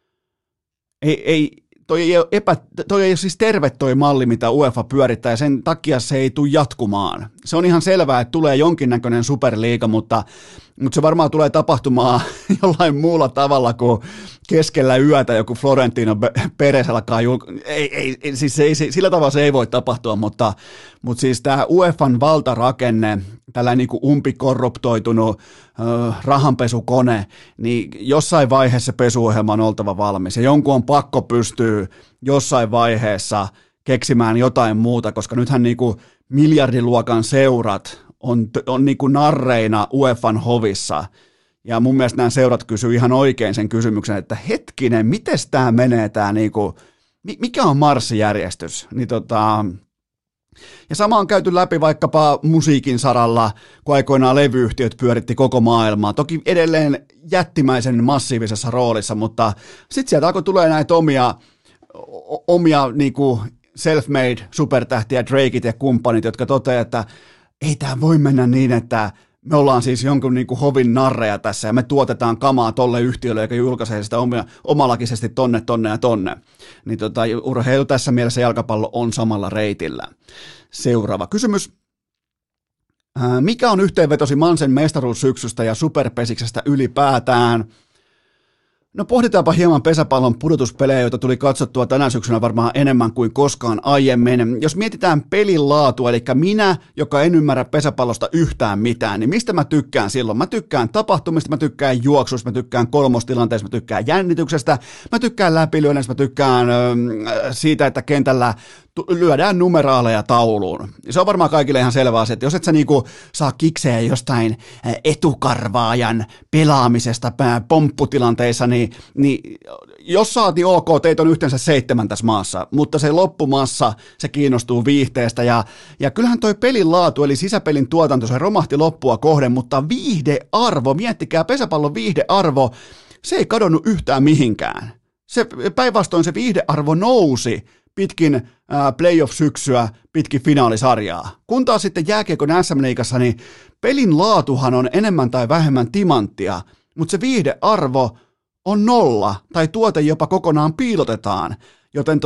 Toi ei ole siis terve toi malli, mitä UEFA pyörittää, ja sen takia se ei tule jatkumaan. Se on ihan selvää, että tulee jonkinnäköinen superliiga, mutta se varmaan tulee tapahtumaan jollain muulla tavalla kuin keskellä yötä joku Florentino Perez alkaa sillä tavalla se ei voi tapahtua, mutta siis tämä UEFan valtarakenne, tällainen niin kuin umpikorruptoitunut rahanpesukone, niin jossain vaiheessa pesuohjelma on oltava valmis ja jonkun on pakko pystyä jossain vaiheessa keksimään jotain muuta, koska nythän niin kuin miljardiluokan seurat on niin kuin narreina UEFan hovissa. Ja mun mielestä nämä seurat kysyy ihan oikein sen kysymyksen, että hetkinen, miten tämä menee, tämä niinku, mikä on marssijärjestys? Niin ja sama on käyty läpi vaikkapa musiikin saralla, kun aikoinaan levyyhtiöt pyöritti koko maailmaa. Toki edelleen jättimäisen massiivisessa roolissa, mutta sitten sieltä alkoi tulee näitä omia niinku self-made supertähtiä, Drakeit ja kumppanit, jotka toteaa, että ei tämä voi mennä niin, että me ollaan siis jonkun niin kuin hovin narreja tässä ja me tuotetaan kamaa tolle yhtiölle, joka julkaisee sitä omalakisesti tonne ja tonne. Niin urheilu tässä mielessä jalkapallo on samalla reitillä. Seuraava kysymys. Mikä on yhteenvetosi Mansen mestaruussyksystä ja superpesiksestä ylipäätään? No pohditaanpa hieman pesäpallon pudotuspelejä, joita tuli katsottua tänä syksynä varmaan enemmän kuin koskaan aiemmin. Jos mietitään pelin laatua, eli minä, joka en ymmärrä pesäpallosta yhtään mitään, niin mistä mä tykkään silloin? Mä tykkään tapahtumista, mä tykkään juoksusta, mä tykkään kolmostilanteesta, mä tykkään jännityksestä, mä tykkään läpilyönneistä, mä tykkään siitä, että kentällä lyödään numeraaleja tauluun. Se on varmaan kaikille ihan selvä asia, että jos et sä niinku saa kiksejä jostain etukarvaajan pelaamisesta pompputilanteissa, niin jos saat, niin ok, teitä on yhteensä 7 tässä maassa, mutta se loppumassa, se kiinnostuu viihteestä, ja kyllähän toi pelin laatu, eli sisäpelin tuotanto, se romahti loppua kohden, mutta viihdearvo, miettikää pesäpallon viihdearvo, se ei kadonnut yhtään mihinkään. Se päinvastoin se viihdearvo nousi pitkin playoff-syksyä, pitkin finaalisarjaa. Kun taas sitten jääkiekon SM-liigassa, niin pelin laatuhan on enemmän tai vähemmän timanttia, mutta se viihdearvo on 0, tai tuote jopa kokonaan piilotetaan. Joten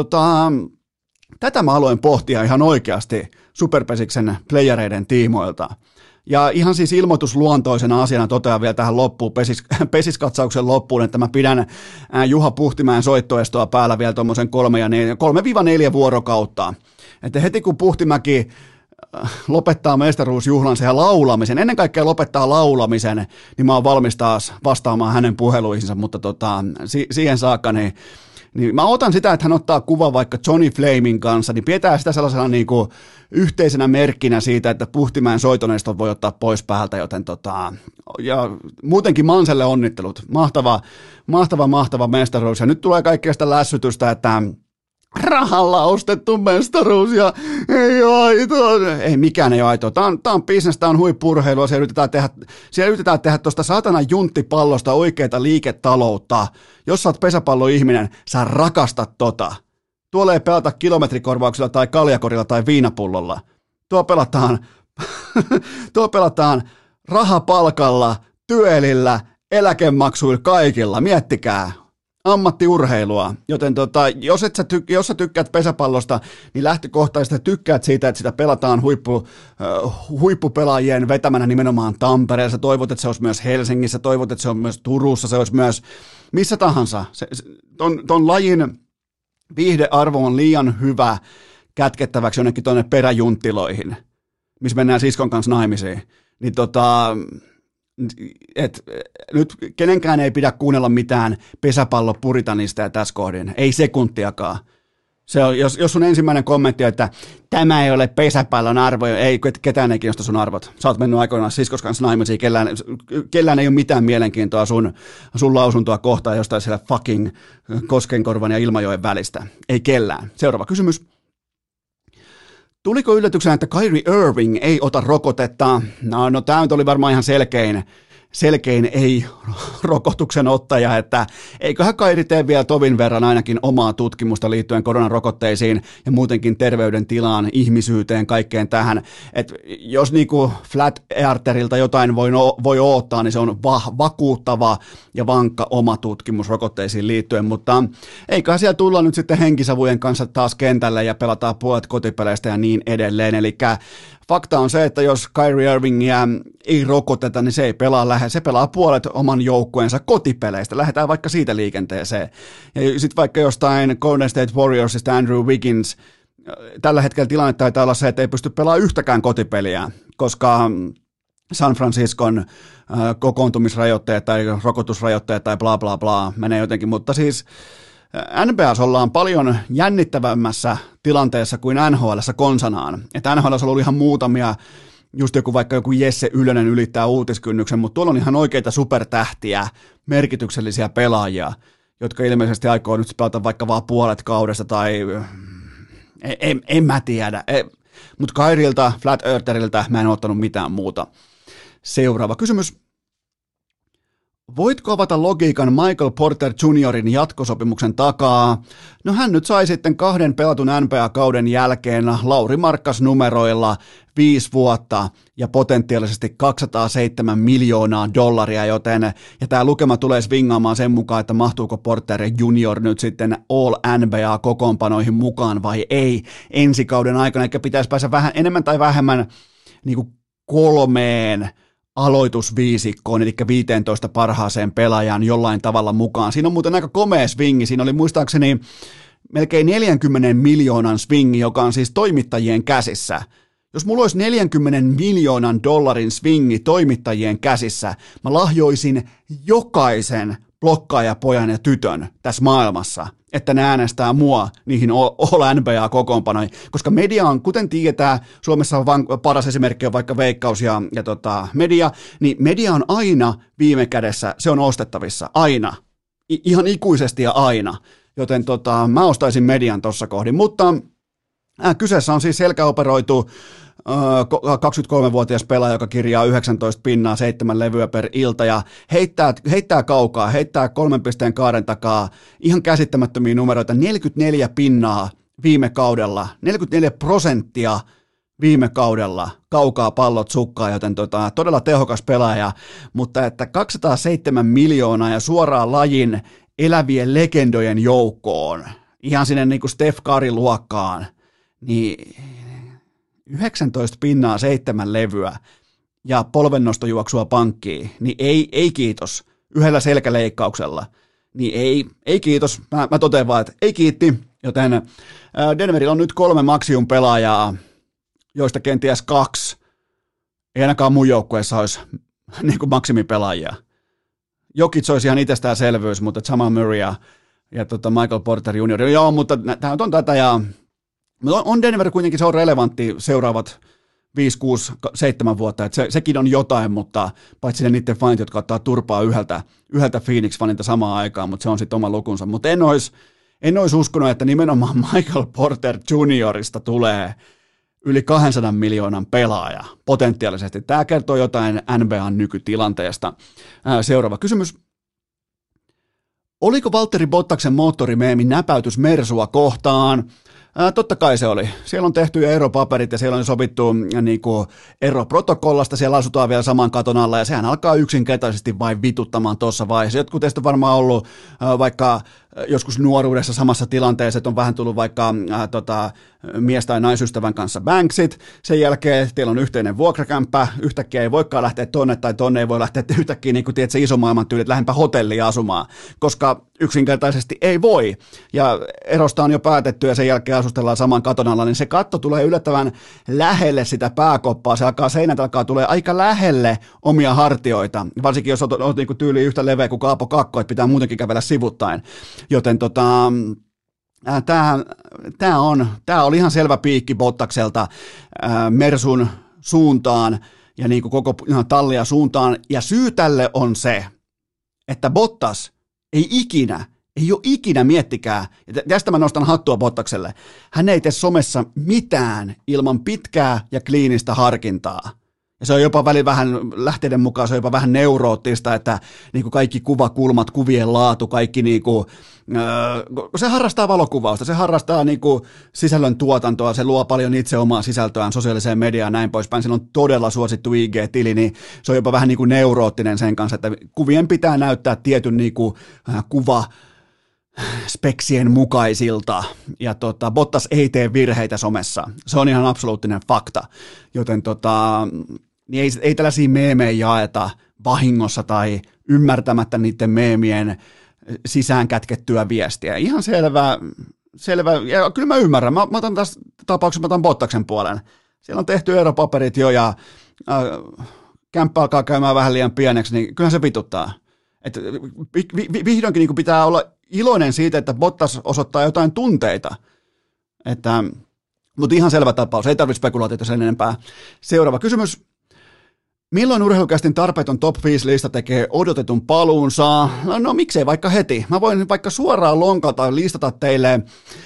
tätä mä aloin pohtia ihan oikeasti Superpesiksen playereiden tiimoilta. Ja ihan siis ilmoitusluontoisena asiana totean vielä tähän loppuun, pesiskatsauksen loppuun, että mä pidän Juha Puhtimäen soittoestoa päällä vielä tuommoisen 3-4 vuorokautta. Että heti kun Puhtimäki lopettaa mestaruusjuhlansa ja laulamisen, ennen kaikkea lopettaa laulamisen, niin mä oon valmis taas vastaamaan hänen puheluihinsa, mutta siihen saakka niin mä otan sitä, että hän ottaa kuvan vaikka Johnny Flamin kanssa, niin pidetään sitä sellaisena niin kuin yhteisenä merkkinä siitä, että Puhtimäen soitoneiston voi ottaa pois päältä, joten ja muutenkin Manselle onnittelut. Mahtava mestaruus. Ja nyt tulee kaikkea sitä lässytystä, että rahalla ostettu mestaruus ja ei ole aitoa. Ei mikään ei ole aitoa. Tämä on business, tämä on huippu-urheilua. Siellä yritetään tehdä tuosta saatana junttipallosta oikeaa liiketaloutta. Jos sä oot pesäpalloihminen, sä rakastat tota. Tuolla ei pelata kilometrikorvauksilla tai kaljakorilla tai viinapullolla. Tuo pelataan rahapalkalla, työelillä, eläkemaksuilla, kaikilla. Miettikää. Ammattiurheilua, joten jos sä tykkäät pesäpallosta, niin lähtökohtaisesti tykkäät siitä, että sitä pelataan huippupelaajien vetämänä nimenomaan Tampereella. Sä toivot, että se olisi myös Helsingissä, toivot, että se on myös Turussa, se olisi myös missä tahansa. Ton lajin viihdearvo on liian hyvä kätkettäväksi jonnekin tuonne peräjunttiloihin, missä mennään siskon kanssa naimisiin. Niin nyt kenenkään ei pidä kuunnella mitään pesäpallopuritanista tässä kohdin, ei sekuntiakaan. Se on, jos sun ensimmäinen kommentti on, että tämä ei ole pesäpallon arvo, ei ketään ei kiinnosta sun arvot. Sä oot mennyt aikoinaan siskos kanssa naimisiin, kellään ei ole mitään mielenkiintoa sun lausuntoa kohtaan jostain siellä fucking Koskenkorvan ja Ilmajoen välistä. Ei kellään. Seuraava kysymys. Tuliko yllätyksenä, että Kyrie Irving ei ota rokotetta? No tämä nyt oli varmaan ihan selkein ei-rokotuksen ottaja, että eiköhän Kyrie tee vielä tovin verran ainakin omaa tutkimusta liittyen koronarokotteisiin ja muutenkin terveydentilaan, ihmisyyteen, kaikkeen tähän. Et jos niinku Flat Eartherilta jotain voi odottaa, niin se on vakuuttava ja vankka oma tutkimus rokotteisiin liittyen, mutta eiköhän siellä tulla nyt sitten henkisavujen kanssa taas kentälle ja pelataan puolet kotipeleistä ja niin edelleen, eli fakta on se, että jos Kyrie Irvingiä ei rokoteta, niin se ei pelaa se pelaa puolet oman joukkueensa kotipeleistä. Lähdetään vaikka siitä liikenteeseen. Ja sitten vaikka jostain Golden State Warriorsista Andrew Wiggins, tällä hetkellä tilanne taitaa olla se, että ei pysty pelaamaan yhtäkään kotipeliä, koska San Franciscon kokoontumisrajoitteet tai rokotusrajoitteet tai bla bla bla menee jotenkin, mutta siis NBA:ssa ollaan paljon jännittävämmässä tilanteessa kuin NHL:ssä konsanaan. Että NHL:ssä on ollut ihan muutamia, just vaikka joku Jesse Ylönen ylittää uutiskynnyksen, mutta tuolla on ihan oikeita supertähtiä, merkityksellisiä pelaajia, jotka ilmeisesti aikoo nyt pelata vaikka vaan puolet kaudesta tai en mä tiedä. Mutta Kairilta, Flat Eartheriltä mä en ole ottanut mitään muuta. Seuraava kysymys. Voitko avata logiikan Michael Porter Juniorin jatkosopimuksen takaa? No hän nyt sai sitten 2 pelatun NBA-kauden jälkeen Lauri Markkas numeroilla 5 vuotta ja potentiaalisesti $207 miljoonaa, ja tämä lukema tulee swingaamaan sen mukaan, että mahtuuko Porter Junior nyt sitten All NBA-kokoonpanoihin mukaan vai ei ensi kauden aikana, eikä pitäisi päästä vähän enemmän tai vähemmän niin kuin 3 aloitusviisikkoon, eli 15 parhaaseen pelaajan jollain tavalla mukaan. Siinä on muuten aika komea swingi, siinä oli muistaakseni melkein 40 miljoonan swingi, joka on siis toimittajien käsissä. Jos mulla olisi 40 miljoonan dollarin swingi toimittajien käsissä, mä lahjoisin jokaisen blokkaajapojan ja tytön tässä maailmassa, että ne äänestää mua niihin All NBA-kokoonpanoihin, koska media on, kuten tiedetään, Suomessa on paras esimerkki on vaikka Veikkaus ja media, niin media on aina viime kädessä, se on ostettavissa, aina, ihan ikuisesti ja aina, joten mä ostaisin median tuossa kohdin, mutta kyseessä on siis selkäoperoitu 23-vuotias pelaaja, joka kirjaa 19 pinnaa, 7 levyä per ilta ja heittää kaukaa, heittää 3 pisteen kaaren takaa ihan käsittämättömiä numeroita, 44 pinnaa viime kaudella, 44% viime kaudella kaukaa pallot sukkaa, joten todella tehokas pelaaja, mutta että 207 miljoonaa ja suoraan lajin elävien legendojen joukkoon, ihan sinne niin kuin Steph Curry-luokkaan, niin 19 pinnaa, 7 levyä ja polvennostojuoksua pankkiin, niin ei kiitos. Yhdellä selkäleikkauksella, niin ei kiitos. Mä totean vaan, että ei kiitti, joten Denverillä on nyt 3 Maxium-pelaajaa, joista kenties 2 ei ainakaan mun joukkueessa olisi niin kuin maksimipelaajia. Jokic olisi ihan itsestäänselvyys, mutta Jamal Murray ja Michael Porter Jr. Joo, mutta tämä on tätä ja on Denver kuitenkin, se on relevantti seuraavat 5, 6, 7 vuotta, että sekin on jotain, mutta paitsi ne niiden fanit, jotka ottaa turpaa yhdeltä Phoenix-fanilta samaan aikaan, mutta se on sitten oma lukunsa. Mutta en olisi uskonut, että nimenomaan Michael Porter Juniorista tulee yli 200 miljoonan pelaaja potentiaalisesti. Tämä kertoo jotain NBA:n nykytilanteesta. Seuraava kysymys. Oliko Valtteri Bottaksen moottorimeemi näpäytys Mersua kohtaan? Totta kai se oli. Siellä on tehty jo eropaperit ja siellä on sovittu niin kuin eroprotokollasta. Siellä asutaan vielä saman katon alla ja sehän alkaa yksinkertaisesti vain vituttamaan tuossa vaiheessa. Jotkut teistä on varmaan ollut vaikka joskus nuoruudessa samassa tilanteessa, että on vähän tullut vaikka mies- tai naisystävän kanssa banksit. Sen jälkeen teillä on yhteinen vuokrakämppä. Yhtäkkiä ei voikaan lähteä tonne tai tonne ei voi lähteä yhtäkkiä niin kuin tiedät, se iso maailman tyyli, että lähdempä hotelliin asumaan, koska yksinkertaisesti ei voi. Ja erosta on jo päätetty ja sen jälkeen asustellaan saman katon alla, niin se katto tulee yllättävän lähelle sitä pääkoppaa. Seinät alkaa tulee aika lähelle omia hartioita, varsinkin jos olet niin kuin tyyli yhtä leveä kuin Kaapo Kakko, että pitää muutenkin kävellä sivuttain. Joten tämä oli ihan selvä piikki Bottakselta Mersun suuntaan ja niin kuin koko tallia suuntaan. Ja syy tälle on se, että Bottas ei ole ikinä, miettikää, ja tästä mä nostan hattua Bottakselle, hän ei tee somessa mitään ilman pitkää ja kliinistä harkintaa. Ja se on jopa välillä vähän, lähteiden mukaan se on jopa vähän neuroottista, että niin kuin kaikki kuvakulmat, kuvien laatu, kaikki niin kuin, se harrastaa valokuvausta, se harrastaa niin kuin sisällön tuotantoa, se luo paljon itse omaa sisältöään sosiaaliseen mediaan ja näin poispäin. Sillä on todella suosittu IG-tili, niin se on jopa vähän niin kuin neuroottinen sen kanssa, että kuvien pitää näyttää tietyn niin kuin kuva speksien mukaisilta, ja Bottas ei tee virheitä somessa. Se on ihan absoluuttinen fakta, joten niin ei tällaisia meemejä jaeta vahingossa tai ymmärtämättä niiden meemien sisään kätkettyä viestiä. Ihan selvä, ja kyllä mä ymmärrän. Mä otan tässä tapauksessa, mä otan Bottaksen puolen. Siellä on tehty eropaperit jo, ja kämppä alkaa käymään vähän liian pieneksi, niin kyllähän se vituttaa. Että vihdoinkin niin pitää olla iloinen siitä, että Bottas osoittaa jotain tunteita. Mutta ihan selvä tapaus, ei tarvitse spekulaatiota sen enempää. Seuraava kysymys. Milloin Urheilukästin tarpeeton top 5 lista tekee odotetun paluunsa? No miksei vaikka heti. Mä voin vaikka suoraan lonkalta listata teille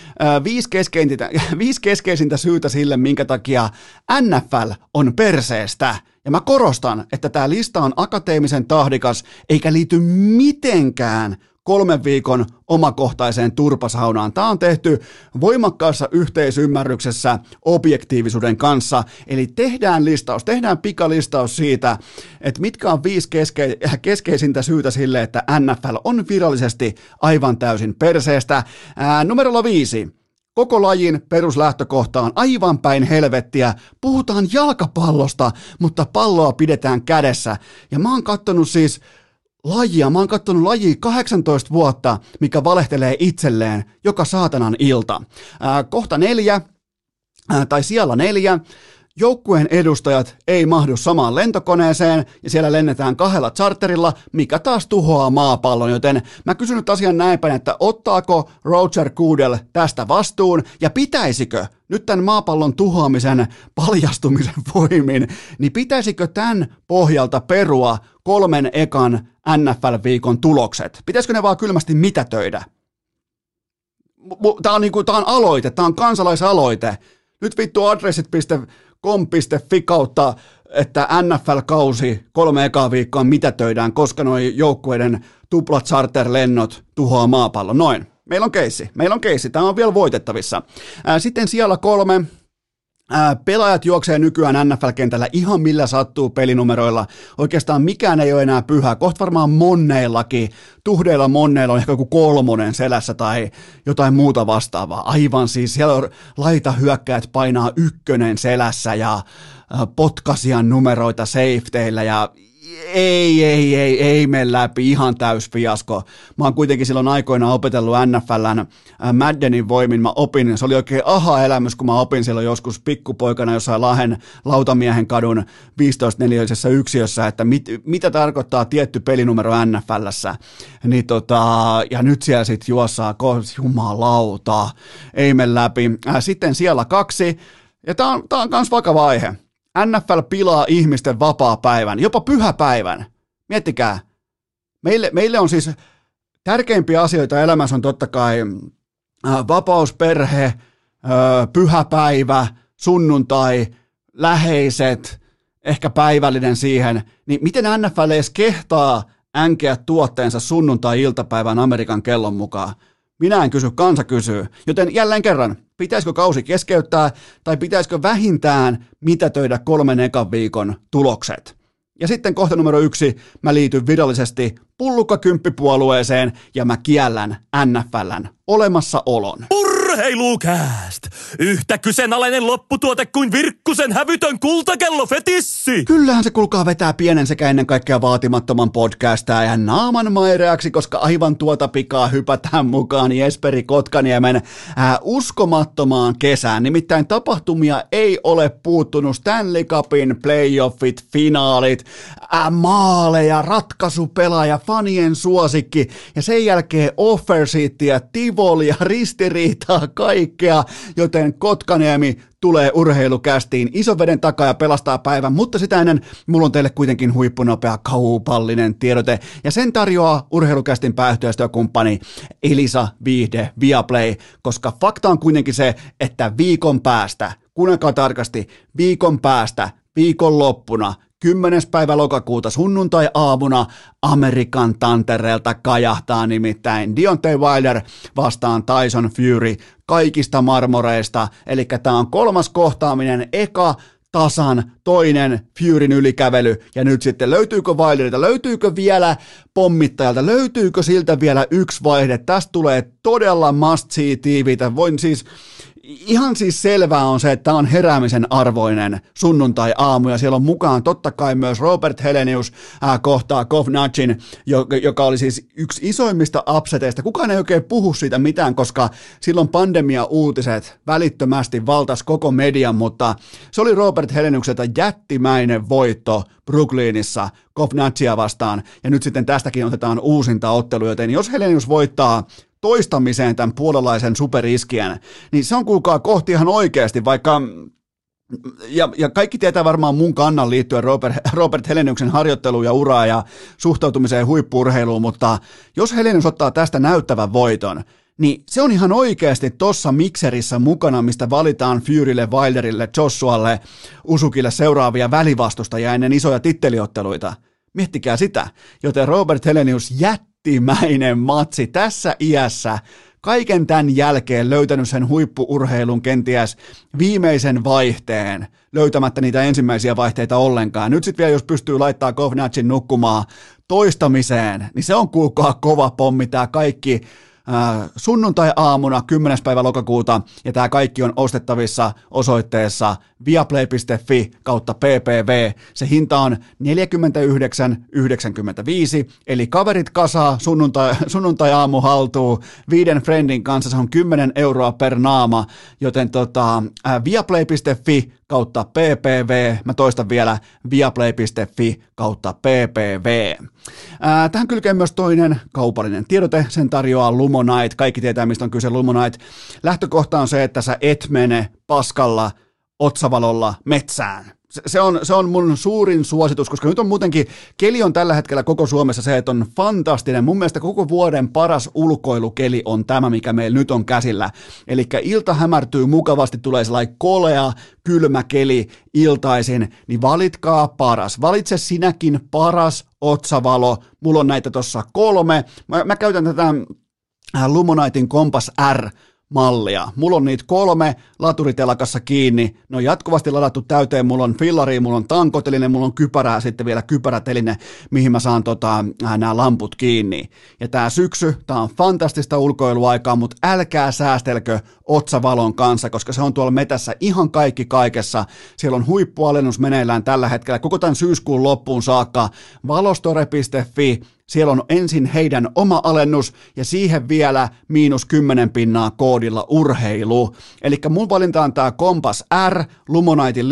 5 keskeisintä syytä sille, minkä takia NFL on perseestä. Ja mä korostan, että tämä lista on akateemisen tahdikas, eikä liity mitenkään 3 viikon omakohtaiseen turpasaunaan. Tämä on tehty voimakkaassa yhteisymmärryksessä objektiivisuuden kanssa, eli tehdään pikalistaus siitä, että mitkä on 5 keskeisintä syytä sille, että NFL on virallisesti aivan täysin perseestä. Numerolla 5. Koko lajin peruslähtökohta on aivan päin helvettiä. Puhutaan jalkapallosta, mutta palloa pidetään kädessä. Ja mä oon katsonut lajia 18 vuotta, mikä valehtelee itselleen joka saatanan ilta. Kohta 4, tai siellä 4, joukkueen edustajat ei mahdu samaan lentokoneeseen ja siellä lennetään 2 charterilla, mikä taas tuhoaa maapallon, joten mä kysyn nyt asian näin päin, että ottaako Roger Goodell tästä vastuun ja pitäisikö nyt tämän maapallon tuhoamisen paljastumisen voimin, niin pitäisikö tämän pohjalta perua 3 ekan NFL-viikon tulokset? Pitäisikö ne vaan kylmästi mitätöidä? Tämä on aloite, tämä on kansalaisaloite. Nyt vittu adressit.com.fi kautta, että NFL-kausi 3 ekaa viikkoa mitätöidään, koska noi joukkueiden tuplat charter-lennot tuhoaa maapallon. Noin. Meillä on keissi. Tämä on vielä voitettavissa. Sitten siellä 3. Pelaajat juoksee nykyään NFL-kentällä ihan millä sattuu pelinumeroilla. Oikeastaan mikään ei ole enää pyhä. Kohta varmaan monneillakin, tuhdeilla monneilla on ehkä joku 3 selässä tai jotain muuta vastaavaa. Aivan siis, siellä on laitahyökkäät painaa 1 selässä ja potkasian numeroita safeteillä ja Ei mene läpi, ihan täys fiasko. Mä oon kuitenkin silloin aikoinaan opetellut NFL:n Maddenin voimin, mä opin, se oli oikein aha-elämys, kun mä opin silloin joskus pikkupoikana jossain Lahden Lautamiehen kadun 15-neliöisessä yksiössä, että mitä tarkoittaa tietty pelinumero NFL:ssä. Niin ja nyt siellä sit juossaa, jumalauta, ei mene läpi. Sitten siellä 2, ja tää on kans vakava aihe. NFL pilaa ihmisten vapaa-päivän, jopa pyhäpäivän. Miettikää, meille on siis tärkeimpiä asioita elämässä on totta kai vapaus, perhe, pyhäpäivä, sunnuntai, läheiset, ehkä päivällinen siihen. Niin miten NFL edes kehtaa änkeä tuotteensa sunnuntai-iltapäivän Amerikan kellon mukaan? Minä en kysy, kansa kysyy. Joten jälleen kerran, pitäisikö kausi keskeyttää tai pitäisikö vähintään mitätöidä 3 ekan viikon tulokset? Ja sitten kohta numero 1, mä liityn virallisesti pullukkakymppipuolueeseen ja mä kiellän NFL:n olemassaolon. Urheilukääst! Yhtä kyseenalainen lopputuote kuin Virkkusen hävytön kultakello fetissi! Kyllähän se kuulkaa vetää pienen sekä ennen kaikkea vaatimattoman podcastaa ja naaman maireaksi, koska aivan tuota pikaa hypätään mukaan Jesperi Kotkaniemen uskomattomaan kesään. Nimittäin tapahtumia ei ole puuttunut, Stanley Cupin playoffit, finaalit, maaleja, ratkaisupelaaja, fanien suosikki ja sen jälkeen offersheetia, tivolia, ristiriitaa, kaikkea, joten Kotkaniemi tulee urheilukästiin isoveden takaa ja pelastaa päivän, mutta sitä ennen mulla on teille kuitenkin huippunopea kaupallinen tiedote, ja sen tarjoaa urheilukästin pääyhteistyökumppani Elisa Viihde Viaplay, koska fakta on kuitenkin se, että viikon päästä, kuunnelkaa tarkasti, viikon päästä, viikonloppuna, 10. päivä lokakuuta sunnuntai-aamuna Amerikan tantereelta kajahtaa nimittäin Deontay Wilder vastaan Tyson Fury kaikista marmoreista, eli tämä on 3. kohtaaminen, eka tasan, toinen Furyn ylikävely, ja nyt sitten löytyykö Wilderilta, löytyykö vielä pommittajalta, löytyykö siltä vielä yksi vaihde, tästä tulee todella must-see-tiiviitä, voin siis ihan siis selvää on se, että tämä on heräämisen arvoinen sunnuntai-aamu, ja siellä on mukaan totta kai myös Robert Helenius kohtaa Kovnacin, joka oli siis yksi isoimmista upseteista. Kukaan ei oikein puhu siitä mitään, koska silloin pandemia-uutiset välittömästi valtas koko median, mutta se oli Robert Heleniukselta jättimäinen voitto Brooklynissa Kovnacia vastaan, ja nyt sitten tästäkin otetaan uusinta ottelu, joten jos Helenius voittaa toistamiseen tämän puolalaisen superiskien, niin se on kuulkaa kohti ihan oikeasti, vaikka, ja kaikki tietää varmaan mun kannan liittyen Robert Heleniuksen harjoitteluun ja uraa ja suhtautumiseen huippu-urheiluun, mutta jos Helenius ottaa tästä näyttävän voiton, niin se on ihan oikeasti tossa mikserissä mukana, mistä valitaan Furylle, Wilderille, Joshualle, Usukille seuraavia välivastustajia ennen isoja titteliotteluita. Miettikää sitä, joten Robert Helenius jättimäinen matsi tässä iässä, kaiken tämän jälkeen löytänyt sen huippu-urheilun kenties viimeisen vaihteen, löytämättä niitä ensimmäisiä vaihteita ollenkaan. Nyt sitten vielä, jos pystyy laittaa Kovnacin nukkumaan toistamiseen, niin se on kuulkaa kova pommi, tämä kaikki sunnuntai-aamuna 10. päivä lokakuuta, ja tämä kaikki on ostettavissa osoitteessa viaplay.fi/ppv. Se hinta on 49,95, eli kaverit kasaa sunnuntai-aamu haltuu 5 friendin kanssa, se on 10 euroa per naama, joten viaplay.fi/ppv, mä toistan vielä viaplay.fi/ppv. Tähän kylkee myös toinen kaupallinen tiedote, sen tarjoaa Lumonite, kaikki tietää mistä on kyse Lumonite. Lähtökohta on se, että sä et mene paskalla otsavalolla metsään. Se on mun suurin suositus, koska nyt on muutenkin, keli on tällä hetkellä koko Suomessa se, että on fantastinen. Mun mielestä koko vuoden paras ulkoilukeli on tämä, mikä meillä nyt on käsillä. Eli ilta hämärtyy mukavasti, tulee sellainen kolea, kylmä keli iltaisin, niin valitkaa paras. Valitse sinäkin paras otsavalo. Mulla on näitä tossa 3. Mä käytän tätä Lumonitein Compass R mallia. Mulla on niitä 3 laturitelakassa kiinni, ne on jatkuvasti ladattu täyteen, mulla on fillari, mulla on tankoteline, mulla on kypärää, sitten vielä kypäräteline, mihin mä saan nämä lamput kiinni. Ja tää syksy, tää on fantastista ulkoiluaikaa, mutta älkää säästelkö otsavalon kanssa, koska se on tuolla metässä ihan kaikki kaikessa. Siellä on huippualennus meneillään tällä hetkellä koko tämän syyskuun loppuun saakka. Valostore.fi, siellä on ensin heidän oma alennus ja siihen vielä -10% koodilla urheilu. Eli mun valinta on tämä Compass R, Lumonaitin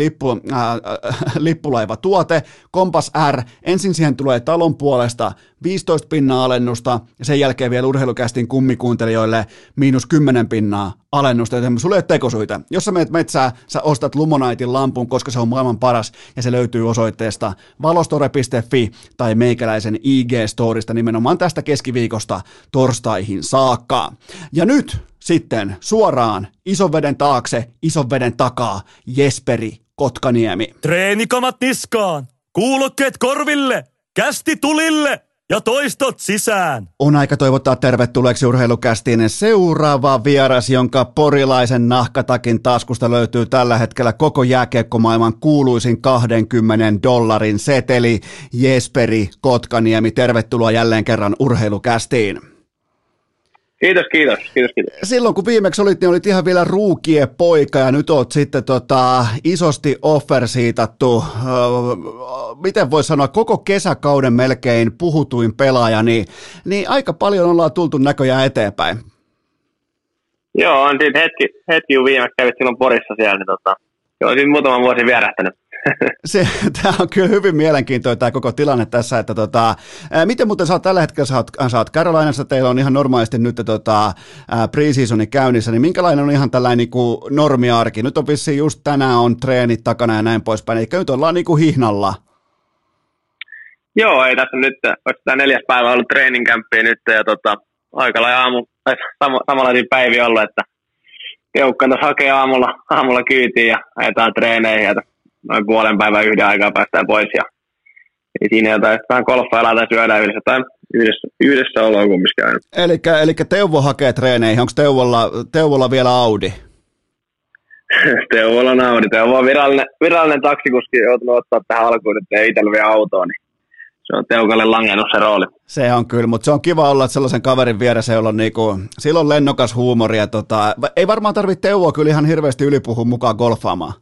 lippulaivatuote. Compass R, ensin siihen tulee talon puolesta 15% alennusta ja sen jälkeen vielä urheilukästin kummikuuntelijoille -10% alennusta, joten sulle ei ole tekosyitä. Jos sä menet metsään, sä ostat Lumonaitin lampun, koska se on maailman paras ja se löytyy osoitteesta valostore.fi tai meikäläisen IG-storista nimenomaan tästä keskiviikosta torstaihin saakka. Ja nyt sitten suoraan ison veden taakse, ison veden takaa, Jesperi Kotkaniemi. Treenikamat niskaan, kuulokkeet korville, kästi tulille ja toistot sisään. On aika toivottaa tervetulleeksi urheilukästiin seuraava vieras, jonka porilaisen nahkatakin taskusta löytyy tällä hetkellä koko jääkiekkomaailman kuuluisin $20 seteli. Jesperi Kotkaniemi, tervetuloa jälleen kerran urheilukästiin. Kiitos. Silloin kun viimeksi olit, niin olit ihan vielä ruukie poika ja nyt oot sitten isosti offersiitattu, miten voi sanoa, koko kesäkauden melkein puhutuin pelaaja, niin aika paljon ollaan tultu näköjään eteenpäin. Joo, on siitä hetki kun viimeksi kävit silloin Porissa siellä, niin on siitä muutaman vuosi vierähtänyt. Tämä on kyllä hyvin mielenkiintoinen tämä koko tilanne tässä, että miten muuten sä oot tällä hetkellä, sä oot Carolinassa, teillä on ihan normaalisti nyt pre-seasoni käynnissä, niin minkälainen on ihan tällainen niin kuin normiarki? Nyt on vissiin just tänään on treenit takana ja näin poispäin, eli nyt ollaan niin kuin hihnalla. Joo, ei tässä nyt, olisi tämä 4. päivä ollut treeninkämppiä nyt ja aika lailla samanlaisia päiviä ollut, että joukkoon tuossa hakee aamulla kyytiin ja ajetaan treeneihin ja noin puolen päivän 1 aikaa päästään pois ja siinä jotain vähän golfaillaan tai syödään yhdessä oloa kumminkin aina. Eli Teuvo hakee treeneihin, onko Teuvolla vielä Audi? Teuvolla on Audi. Teuvo on virallinen taksikuski joutunut ottaa tähän alkuun, että ei itsellä vielä autoa, niin se on Teukalle langennut se rooli. Se on kyllä, mutta se on kiva olla sellaisen kaverin vieressä, jolla on sillä on lennokas huumori ja ei varmaan tarvitse Teuvoa kyllä ihan hirveästi ylipuhua mukaan golfaamaan.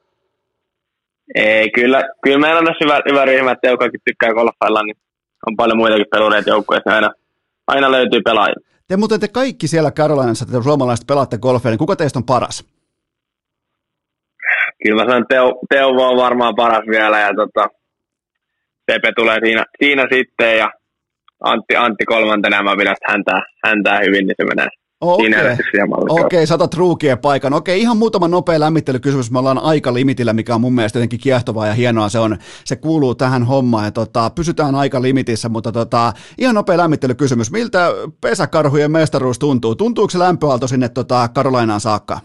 Ei, kyllä meillä on tässä hyvä ryhmä, että Teukakin tykkää golfailla, niin on paljon muitakin pelureita joukkueessa, niin aina löytyy pelaajia. Te kaikki siellä Carolinassa, te suomalaiset pelaatte golfia, niin kuka teistä on paras? Kyllä mä sanon, että Teuvo on varmaan paras vielä, ja Pepe tulee siinä sitten, ja Antti kolmantena, mä pidän häntää hyvin, niin se menee. Okei, saatat ruukien paikan. Okei, ihan muutama nopea lämmittelykysymys. Me ollaan aikalimitillä, mikä on mun mielestä jotenkin kiehtovaa ja hienoa. Se kuuluu tähän hommaan ja pysytään aikalimitissä, mutta ihan nopea lämmittelykysymys. Miltä pesäkarhujen mestaruus tuntuu? Tuntuuko se lämpöaalto sinne Carolinaan saakka?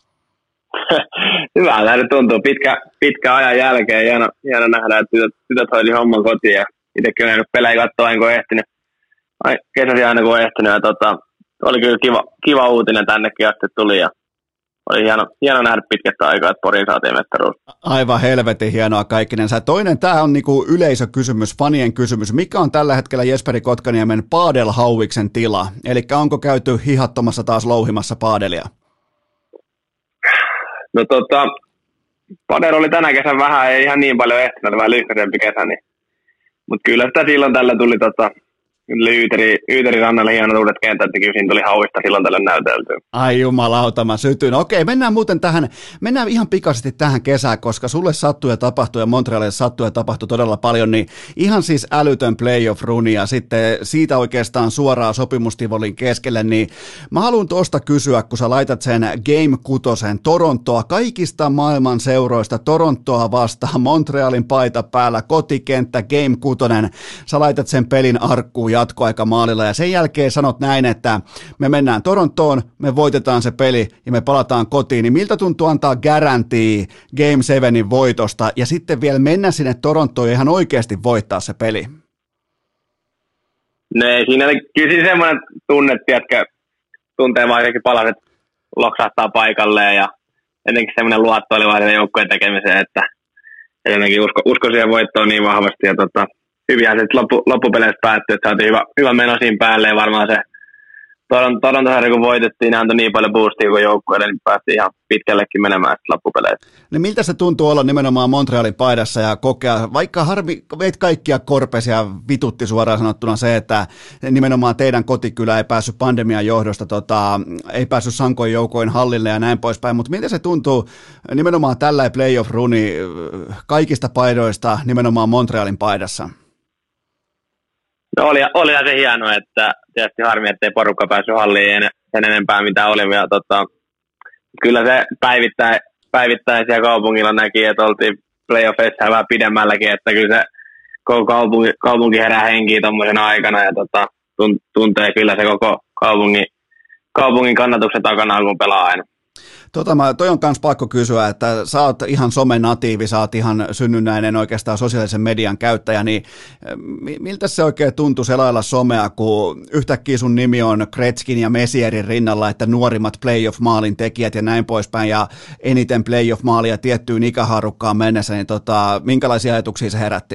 Hyvältä se tuntuu. Pitkä ajan jälkeen. Hieno nähdä, että tytöt hoiti homman kotiin ja itsekin on jäänyt pelejä katsoa, en kun ehtinyt. Kesäsi aina kun ehtinyt ja oli kyllä kiva uutinen tännekin asti tuli ja oli hieno nähdä pitkästä aikaa, että Poriin saatiin mestaruus. Aivan helvetin hienoa kaikkinensa. Toinen, tämä on niinku yleisökysymys, fanien kysymys. Mikä on tällä hetkellä Jesperi Kotkaniemen paadelhauiksen tila? Eli onko käyty hihattomassa taas louhimassa paadelia? No padel oli tänä kesän vähän, ei ihan niin paljon ehtinyt, oli vähän lyhkäisempi kesä, niin. Mutta kyllä sitä silloin tällä tuli Yyteri rannalle hienot uudet kentät, ja siinä tuli hauista silloin tälle näyteltyä. Ai jumalauta, mä sytyin. Okei, mennään ihan pikaisesti tähän kesään, koska sulle sattuu ja tapahtuu, ja Montrealille sattuu ja tapahtuu todella paljon, niin ihan siis älytön playoff-runi, ja sitten siitä oikeastaan suoraan sopimustivolin keskelle, niin mä haluan tuosta kysyä, kun sä laitat sen Game 6, Torontoa, kaikista maailman seuroista, Torontoa vastaan, Montrealin paita päällä, kotikenttä, Game 6, sä laitat sen pelin arkkuun jatkoaikamaalilla ja sen jälkeen sanot näin, että me mennään Torontoon, me voitetaan se peli ja me palataan kotiin, niin miltä tuntuu antaa garantii Game 7 voitosta ja sitten vielä mennä sinne Torontoon ja ihan oikeasti voittaa se peli? No ei siinä, kyllä siinä semmoinen tunne, tiedätkö, tuntee vaan kaikki palaset loksahtaa paikalleen ja jotenkin semmoinen luotto oli vaan joukkueen tekemiseen, että jotenkin usko siihen voittoon niin vahvasti ja hyvinhän se loppupeleissä päättyi, että saatiin hyvä meno siinä päälle ja varmaan se Toronto-sarja kun voitettiin, ne antoi niin paljon boostia kuin joukkueelle, niin päästiin ihan pitkällekin menemään loppupeleissä. No miltä se tuntuu olla nimenomaan Montrealin paidassa ja kokea, vaikka meitä kaikkia korpesi ja vitutti suoraan sanottuna se, että nimenomaan teidän kotikylä ei päässyt pandemian johdosta, ei päässyt sankoin joukoin hallille ja näin poispäin, mutta miltä se tuntuu nimenomaan tällä playoff-runi kaikista paidoista nimenomaan Montrealin paidassa? No olihan se hienoa, että tietysti harmi, ettei porukka päässyt halliin sen enempää mitä oli. Ja kyllä se päivittäin siellä kaupungilla näki, että oltiin playoffeissa vähän pidemmälläkin, että kyllä se koko kaupunki herää henkiä tuommoisena aikana ja tuntee kyllä se koko kaupungin kannatuksen takana, kun pelaa aina. Toi on myös pakko kysyä, että sä oot ihan somenatiivi, sä oot ihan synnynnäinen oikeastaan sosiaalisen median käyttäjä, niin miltä se oikein tuntui selailla somea, kun yhtäkkiä sun nimi on Gretzkin ja Messierin rinnalla, että nuorimmat playoff-maalin tekijät ja näin poispäin, ja eniten playoff-maalia tiettyyn ikähaarukkaan mennessä, niin minkälaisia ajatuksia se herätti?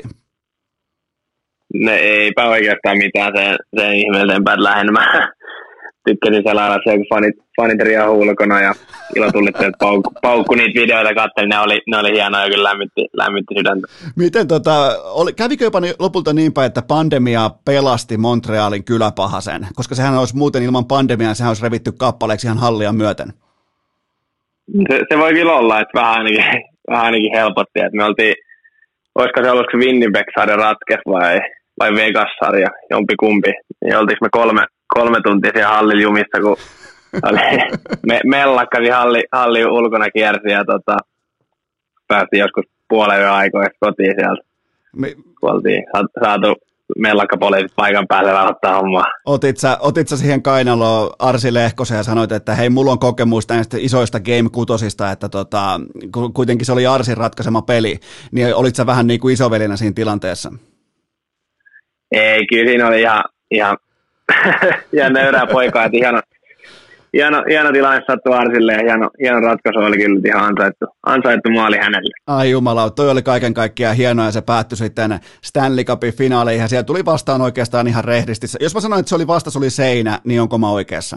No eipä oikeastaan mitään sen ihmeellisempää lähdenemään. Tykkäsin selailla se, kun fanit riahuu ulkona ja ilotulitteet paukku niitä videoita katselin, ne oli hienoja ja kyllä lämmitti sydäntä. Miten kävikö jopa lopulta niin päin, että pandemia pelasti Montrealin kyläpahasen, koska sehän olisi muuten ilman pandemiaa, sehän olisi revitty kappaleeksi ihan hallia myöten? Se voi kyllä olla, että vähän ainakin helpotti, että me oltiin, olisiko se ollut Winnipeg-sarja ratkes vai Vegas-sarja, jompikumpi, niin oltiinko me 3 tuntia siellä hallin jumissa, kun mellakkasi halli ulkona kiersi ja päästiin joskus puolen yön aikoissa kotiin sieltä. Oltiin saatu mellakkapoliisit paikan päälle aloittaa hommaa. Otit sä siihen kainaloon Arsi Lehkosen ja sanoit, että hei, mulla on kokemus näistä isoista Game 6:ista, että kuitenkin se oli Arsin ratkaisema peli, niin olit sä vähän niin kuin isovelinä siinä tilanteessa? Ei, kyllä siinä oli ihan nöyrää poikaa, että hieno tilanne sattui Arsille ja hieno ratkaisu oli kyllä ihan ansaittu maali hänelle. Ai jumala, toi oli kaiken kaikkiaan hienoa ja se päättyi sitten Stanley Cupin finaaleihin ja siellä tuli vastaan oikeastaan ihan rehdisti. Jos mä sanoin, että se oli seinä, niin onko mä oikeassa?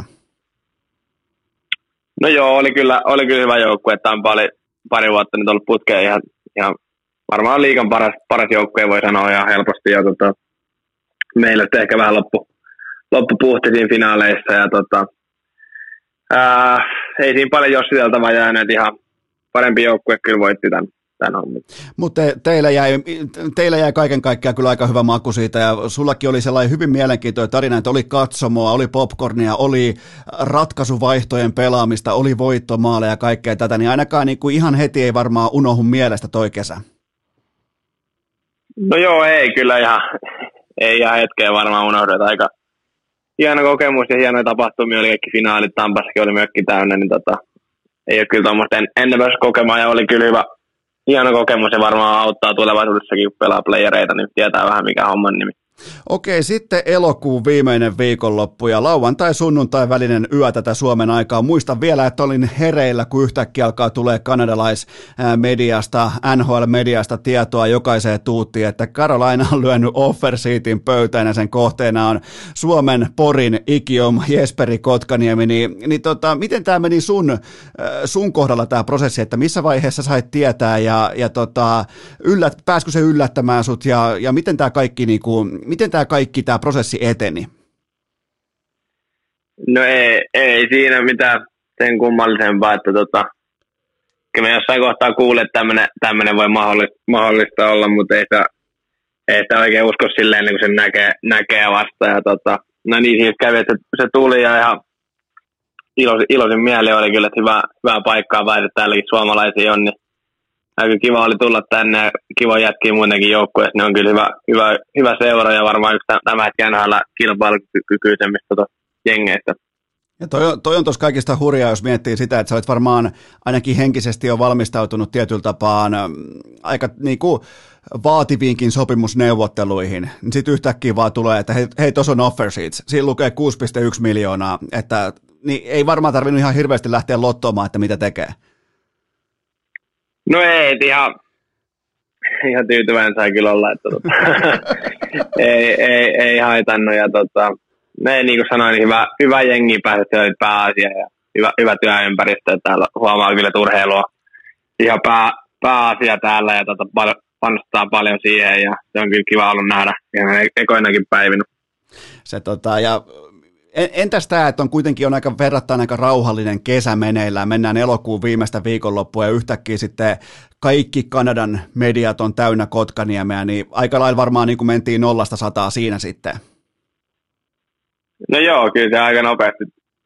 No joo, oli kyllä hyvä joukkue, että on pari vuotta nyt ollut putkeen ihan varmaan liigan paras joukkue voi sanoa ihan helposti ja meillä ehkä vähän loppupuhti siinä finaaleissa ja ei siinä paljon jossiteltavaa jäänyt, ihan parempi joukkue kyllä voitti tämän hommin. Mutta teillä jäi kaiken kaikkiaan kyllä aika hyvä maku siitä ja sullakin oli sellainen hyvin mielenkiintoinen tarina, että oli katsomoa, oli popcornia, oli ratkaisuvaihtojen pelaamista, oli voittomaaleja ja kaikkea tätä, niin ainakaan niin kuin ihan heti ei varmaan unohdu mielestä toi kesä. No joo, ei kyllä ei ihan hetkeä varmaan unohdu, että aika hieno kokemus ja hienoja tapahtumia oli kaikki finaalit, Tampassakin oli mökki täynnä, niin ei ole kyllä tuommoista ennen päässyt kokemaan ja oli kyllä hieno kokemus ja varmaan auttaa tulevaisuudessakin, kun pelaa playereita, niin tietää vähän mikä homman nimi. Okei, sitten elokuun viimeinen viikonloppu ja lauantai-sunnuntai välinen yö tätä Suomen aikaa. Muistan vielä, että olin hereillä, kun yhtäkkiä alkaa tulee kanadalaismediasta, NHL-mediasta tietoa jokaiseen tuuttiin, että Carolina on lyönyt offer sheetin pöytään ja sen kohteena on Suomen Porin Ikiom Jesperi Kotkaniemi. Miten tämä meni sun kohdalla tämä prosessi, että missä vaiheessa sait tietää ja pääskö se yllättämään sut ja miten tämä kaikki miten tämä prosessi eteni? No ei siinä mitään sen kummallisempaa, että kyllä me jossain kohtaa kuulee, että tämmöinen voi mahdollista olla, mutta ei sitä oikein usko silleen, niin kuin sen näkee vasta. Ja no niin, siitä kävi, että se tuli ja ihan iloisin mieli oli kyllä, että hyvää paikkaa vai, että täälläkin suomalaisia on, niin aika kiva oli tulla tänne ja kiva jätkiä muutenkin joukkueessa. Ne on kyllä hyvä seura ja varmaan yksi tämä hetken NHL kilpailukykyisemmistä jengeistä. Ja toi on tuossa kaikista hurjaa, jos miettii sitä, että sä olet varmaan ainakin henkisesti jo valmistautunut tietyllä tapaan aika niinku vaativiinkin sopimusneuvotteluihin. Sitten yhtäkkiä vaan tulee, että hei tuossa on offer sheets. Siinä lukee 6,1 miljoonaa, että niin ei varmaan tarvinnut ihan hirveästi lähteä lottoamaan, että mitä tekee. No ei, ihan tyytyväinen sai kyllä olla, että ei haitannut. Ja ne, niin kuin sanoin, niin hyvä jengi pääsi, se oli pääasia ja hyvä työympäristö. Ja täällä huomaa kyllä, että urheilu on ihan pääasia täällä ja panostaa paljon siihen ja se on kyllä kiva ollut nähdä ihan ekoinakin päivinä. Ja entäs tämä, että on aika verrattain aika rauhallinen kesä meneillään, mennään elokuun viimeistä viikonloppua ja yhtäkkiä sitten kaikki Kanadan mediat on täynnä Kotkaniemeä, niin aika lailla varmaan niin kuin mentiin 0-100 siinä sitten. No joo, kyllä se aika nopeasti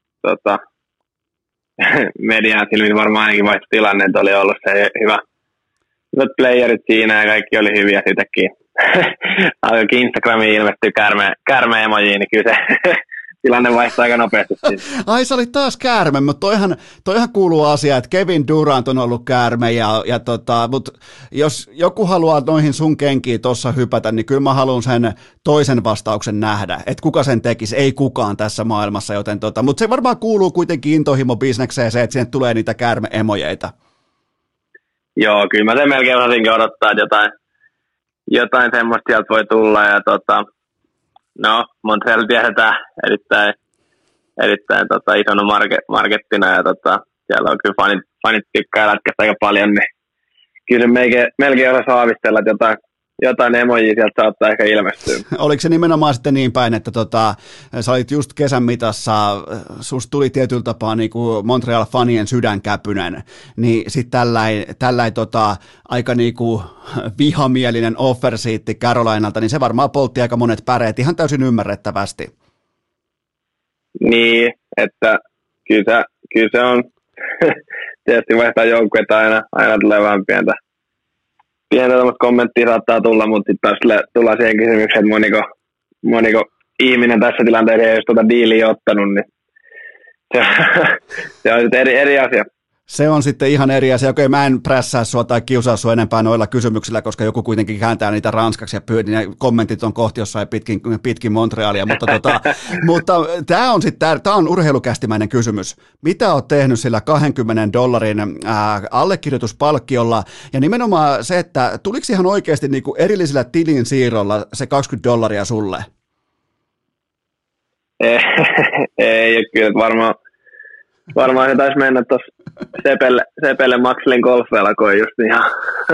median silmin varmaan ainakin vaihtui tilanne, että oli ollut se hyvät playerit siinä ja kaikki oli hyviä sitäkin. Alkoikin Instagramiin ilmestyy käärme-emojiin, niin kyllä se tilanne vaihtaa aika nopeasti. Ai sä olit taas käärme, mutta toihan kuuluu asia, että Kevin Durant on ollut käärme, mutta jos joku haluaa noihin sun kenkiin tuossa hypätä, niin kyllä mä haluan sen toisen vastauksen nähdä, että kuka sen tekisi, ei kukaan tässä maailmassa, joten mutta se varmaan kuuluu kuitenkin intohimo-bisnekseen se, että sinne tulee niitä käärme-emojeita. Joo, kyllä mä sen melkein osasinkin odottaa, että jotain semmoista sieltä voi tulla ja no, Montreal tiedetään erittäin isona markettina ja siellä on kyllä fanit tykkää lätkästä aika paljon, niin kyllä melkein osasi haavistella, että jotain emojia sieltä saattaa ehkä ilmestyä. Oliko se nimenomaan sitten niin päin, että sä olit just kesän mitassa, susta tuli tietyllä tapaa niin kuin Montreal-fanien sydänkäpynen, niin sitten tällainen aika niin kuin vihamielinen offersiitti Carolinalta, niin se varmaan poltti aika monet päreet ihan täysin ymmärrettävästi. Niin, että kyllä se on, tietysti vaihtaa joukkueita aina tulee vähän pientä kommenttia saattaa tulla, mutta sitten taas tullaan siihen kysymykseen, että moniko ihminen tässä tilanteessa ei edes diiliä ottanut, niin se on sitten eri asia. Se on sitten ihan eri asia. Okei, mä en prässää sua tai kiusaa sua enempää noilla kysymyksillä, koska joku kuitenkin kääntää niitä ranskaksi ja ne kommentit on kohti jossain pitkin Montrealia, mutta tämä on urheilukästimäinen kysymys. Mitä oot tehnyt sillä $20 allekirjoituspalkkiolla ja nimenomaan se, että tuliko ihan oikeasti niinku erillisellä tilin siirrolla se $20 sulle? Ei kyllä, varmaan se taisi mennä tuossa Sepelle Maxlin golfeilla, kun just ihan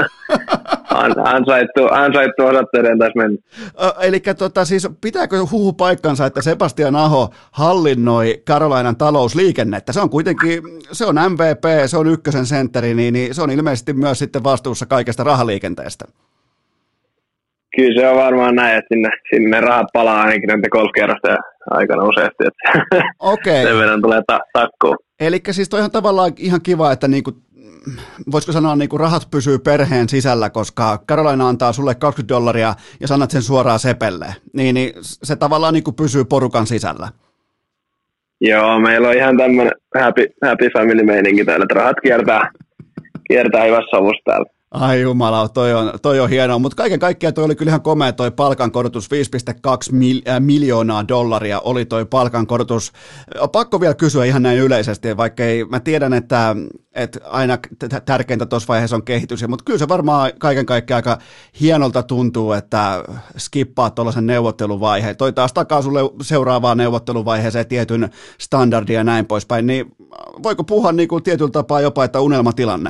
ansaittu osoitteiden taisi mennä. Eli siis pitääkö huhu paikkansa, että Sebastian Aho hallinnoi Carolinan talousliikennettä? Se on kuitenkin, se on MVP, se on ykkösen sentteri, niin se on ilmeisesti myös sitten vastuussa kaikesta rahaliikenteestä. Kyllä se on varmaan näin, että sinne rahat palaa ainakin näiden golfkierrosten aikana useasti, että sen verran tulee takkuun. Eli siis toi on tavallaan ihan kiva, että niinku, voisiko sanoa niinku rahat pysyy perheen sisällä, koska Carolina antaa sulle $20 ja sanat sen suoraan Sepelle, niin se tavallaan niinku pysyy porukan sisällä. Joo, meillä on ihan tämmöinen happy family meininki täällä, että rahat kiertää hyvässä sovussa täällä. Ai jumala, toi on hienoa, mutta kaiken kaikkiaan toi oli kyllä ihan komea toi palkankorotus, $5.2 miljoonaa oli toi palkankorotus. Pakko vielä kysyä ihan näin yleisesti, vaikka mä tiedän, että aina tärkeintä tuossa vaiheessa on kehitys, mutta kyllä se varmaan kaiken kaikkiaan aika hienolta tuntuu, että skippaat tuollaisen neuvotteluvaiheen. Toi taas takaa sulle seuraavaan neuvotteluvaiheeseen tietyn standardin ja näin poispäin, niin voiko puhua niin kuin tietyllä tapaa jopa, että unelmatilanne?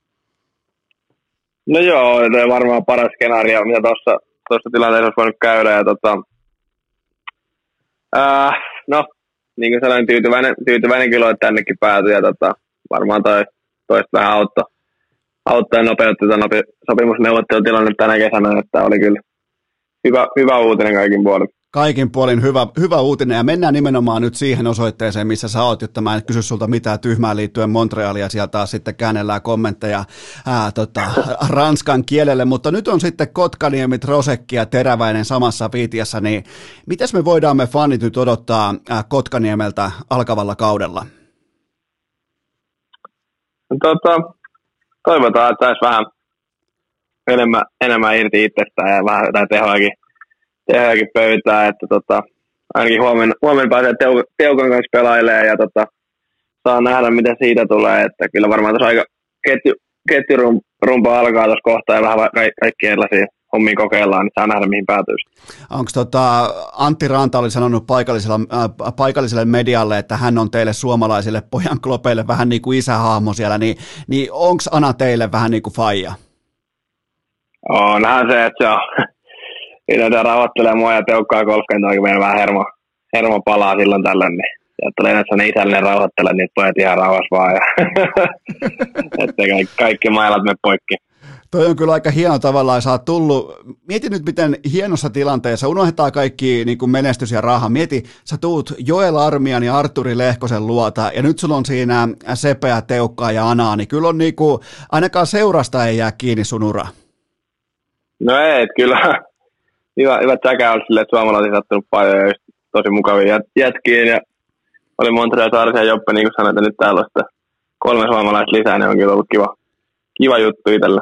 No joo, se on varmaan paras skenaario, mitä tuossa tilanteessa olisi voinut käydä. Ja no, niin kuin sanoin, tyytyväinen kyllä, että tännekin päätyi. Ja varmaan toista vähän auttaa ja nopeutti sopimusneuvottelutilanne tänä kesänä, että oli kyllä hyvä uutinen kaikin puolin. Kaikin puolin hyvä uutinen, ja mennään nimenomaan nyt siihen osoitteeseen, missä sä oot, jotta mä en kysy sulta mitään tyhmää liittyen Montrealia, sieltä taas sitten käännellään kommentteja ranskan kielelle, mutta nyt on sitten Kotkaniemi, Trosekki ja Teräväinen samassa viitiassa, niin mitäs me voidaan me fanit nyt odottaa Kotkaniemeltä alkavalla kaudella? Toivotaan, että saisi vähän enemmän irti itsestään ja vähän jotain tehoakin pöytää, että ainakin huomenna pääsee Teukon kanssa pelailemaan ja kiinnostaa nähdä, mitä siitä tulee, että kyllä varmaan tuossa aika ketjurumpa alkaa tuossa kohtaa ja vähän kaikki erilaisia hommia kokeillaan, niin saa nähdä, mihin päätyisi. Onko Antti Ranta oli sanonut paikalliselle medialle, että hän on teille suomalaisille pojan klopeille vähän niin kuin isähahmo siellä, niin onko Ana teille vähän niin kuin faija? Onhan se, että se on. Yleensä rauhoittelee mua ja teukkaa golfkentoa, kun meidän vähän hermo palaa silloin tällöin, niin ja tulee näitä sellainen isällinen rauhoittele niitä pojat ihan rauhassa vaan. Ja että kaikki mailat me poikki. Toi on kyllä aika hieno tavallaan, sä oot tullut, mieti nyt miten hienossa tilanteessa, unohdetaan kaikki niin kuin menestys ja raha, mieti, sä tuut Joel Armian ja Arturi Lehkosen luota, ja nyt sulla on siinä Sepeä, Teukkaa ja Anaa, niin kyllä on niin kuin, ainakaan seurasta ei jää kiinni sun ura. No ei, kyllä hyvät säkä oli silleen, että suomalaisia sattunut paljon ja just tosi mukavia jätkiä, ja oli Montreal Sarsia ja Joppe, niin kuin sanoit, että nyt täällä on sitten 3 suomalaista lisää, niin on kyllä ollut kiva juttu itsellä.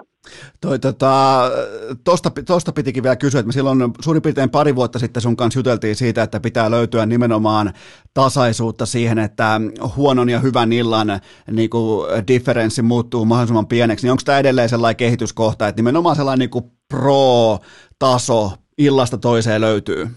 Tosta pitikin vielä kysyä, että me silloin suurin piirtein pari vuotta sitten sun kanssa juteltiin siitä, että pitää löytyä nimenomaan tasaisuutta siihen, että huonon ja hyvän illan niin kuin differenssi muuttuu mahdollisimman pieneksi, niin onko tämä edelleen sellainen kehityskohta, että nimenomaan sellainen niin kuin pro-taso illasta toiseen löytyy?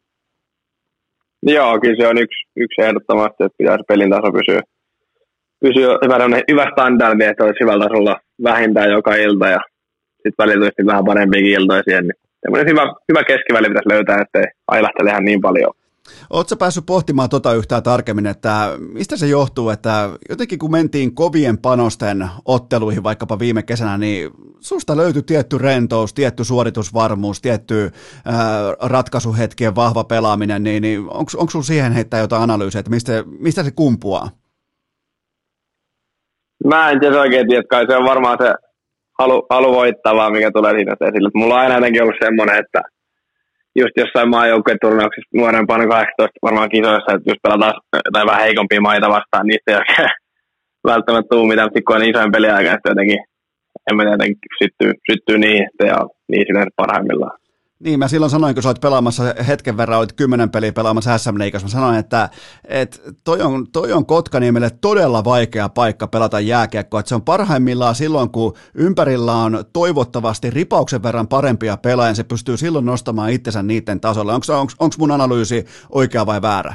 Joo, kyllä se on yksi ehdottomasti, että pitäisi pelin taso pysyä hyvä standardi, että olisi hyvällä tasolla vähintään joka ilta ja sitten välillä vähän parempiakin iltoja siihen. Niin semmoinen hyvä keskiväli pitäisi löytää, ettei ailahtele ihan niin paljon. Oletko päässyt pohtimaan yhtään tarkemmin, että mistä se johtuu, että jotenkin kun mentiin kovien panosten otteluihin vaikkapa viime kesänä, niin susta löytyi tietty rentous, tietty suoritusvarmuus, tietty ratkaisuhetkien vahva pelaaminen, niin onko sinulla siihen heittää jotain analyysiä, että mistä se kumpuaa? Mä en tiedä oikein tiedä, kai se on varmaan se halu voittavaa, mikä tulee siinä esille. Mulla on aina jotenkin ollut semmoinen, että just jossain maajoukkueturnauksissa nuorempana 18 varmaan kisoissa, että just pelataan tai vähän heikompia maita vastaan, niistä ei oikein välttämättä tule mitään, mutta kun on isoin peliaika, että jotenkin, en mä jotenkin syttyy niin, ja niin sinänsä parhaimmillaan. Niin, mä silloin sanoin, kun sä olit pelaamassa hetken verran, olit 10 peliä pelaamassa SM-liigassa, mä sanoin, että toi on Kotkaniemelle todella vaikea paikka pelata jääkiekkoa, että se on parhaimmillaan silloin, kun ympärillä on toivottavasti ripauksen verran parempia pelaajia, se pystyy silloin nostamaan itsensä niiden tasolle. Onko mun analyysi oikea vai väärä?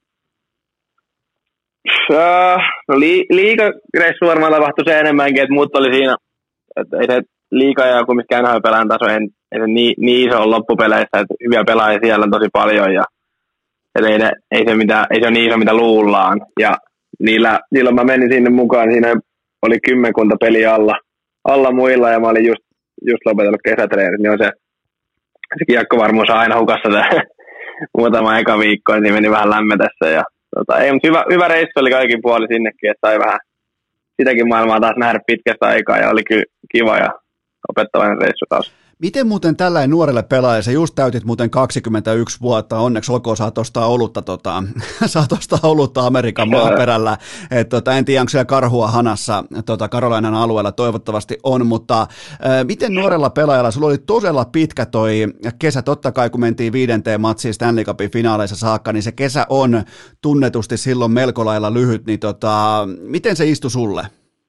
No liigareissu varmaan tapahtui se enemmänkin, että muut oli siinä, että ei se liiga ja kun mitkään NHL-pelaajan taso ei se niin iso on loppupeleissä, että hyviä pelaajia siellä on tosi paljon ja ei se ole niin iso mitä luullaan. Ja niillä mä menin sinne mukaan, siinä oli 10 peliä alla muilla ja mä olin just lopetellut kesätreenit, niin on se kiekkovarmuus on aina hukassa muutama eka viikko, niin meni vähän lämmetessä. Ja, ei, mutta hyvä reissu oli kaikin puolin sinnekin, että sai vähän sitäkin maailmaa taas nähdä pitkästä aikaa ja oli kiva ja opettavainen reissu taas. Miten muuten tällainen nuorelle pelaajalle, sä just täytit muuten 21 vuotta, onneksi olkoon saat ostaa olutta Amerikan maaperällä, en tiedä onko siellä karhua hanassa Carolinan alueella, toivottavasti on, mutta miten nuorella pelaajalla, sulla oli todella pitkä toi kesä, totta kai kun mentiin 5. matsiin Stanley Cupin finaaleissa saakka, niin se kesä on tunnetusti silloin melko lailla lyhyt, niin miten se istui sulle?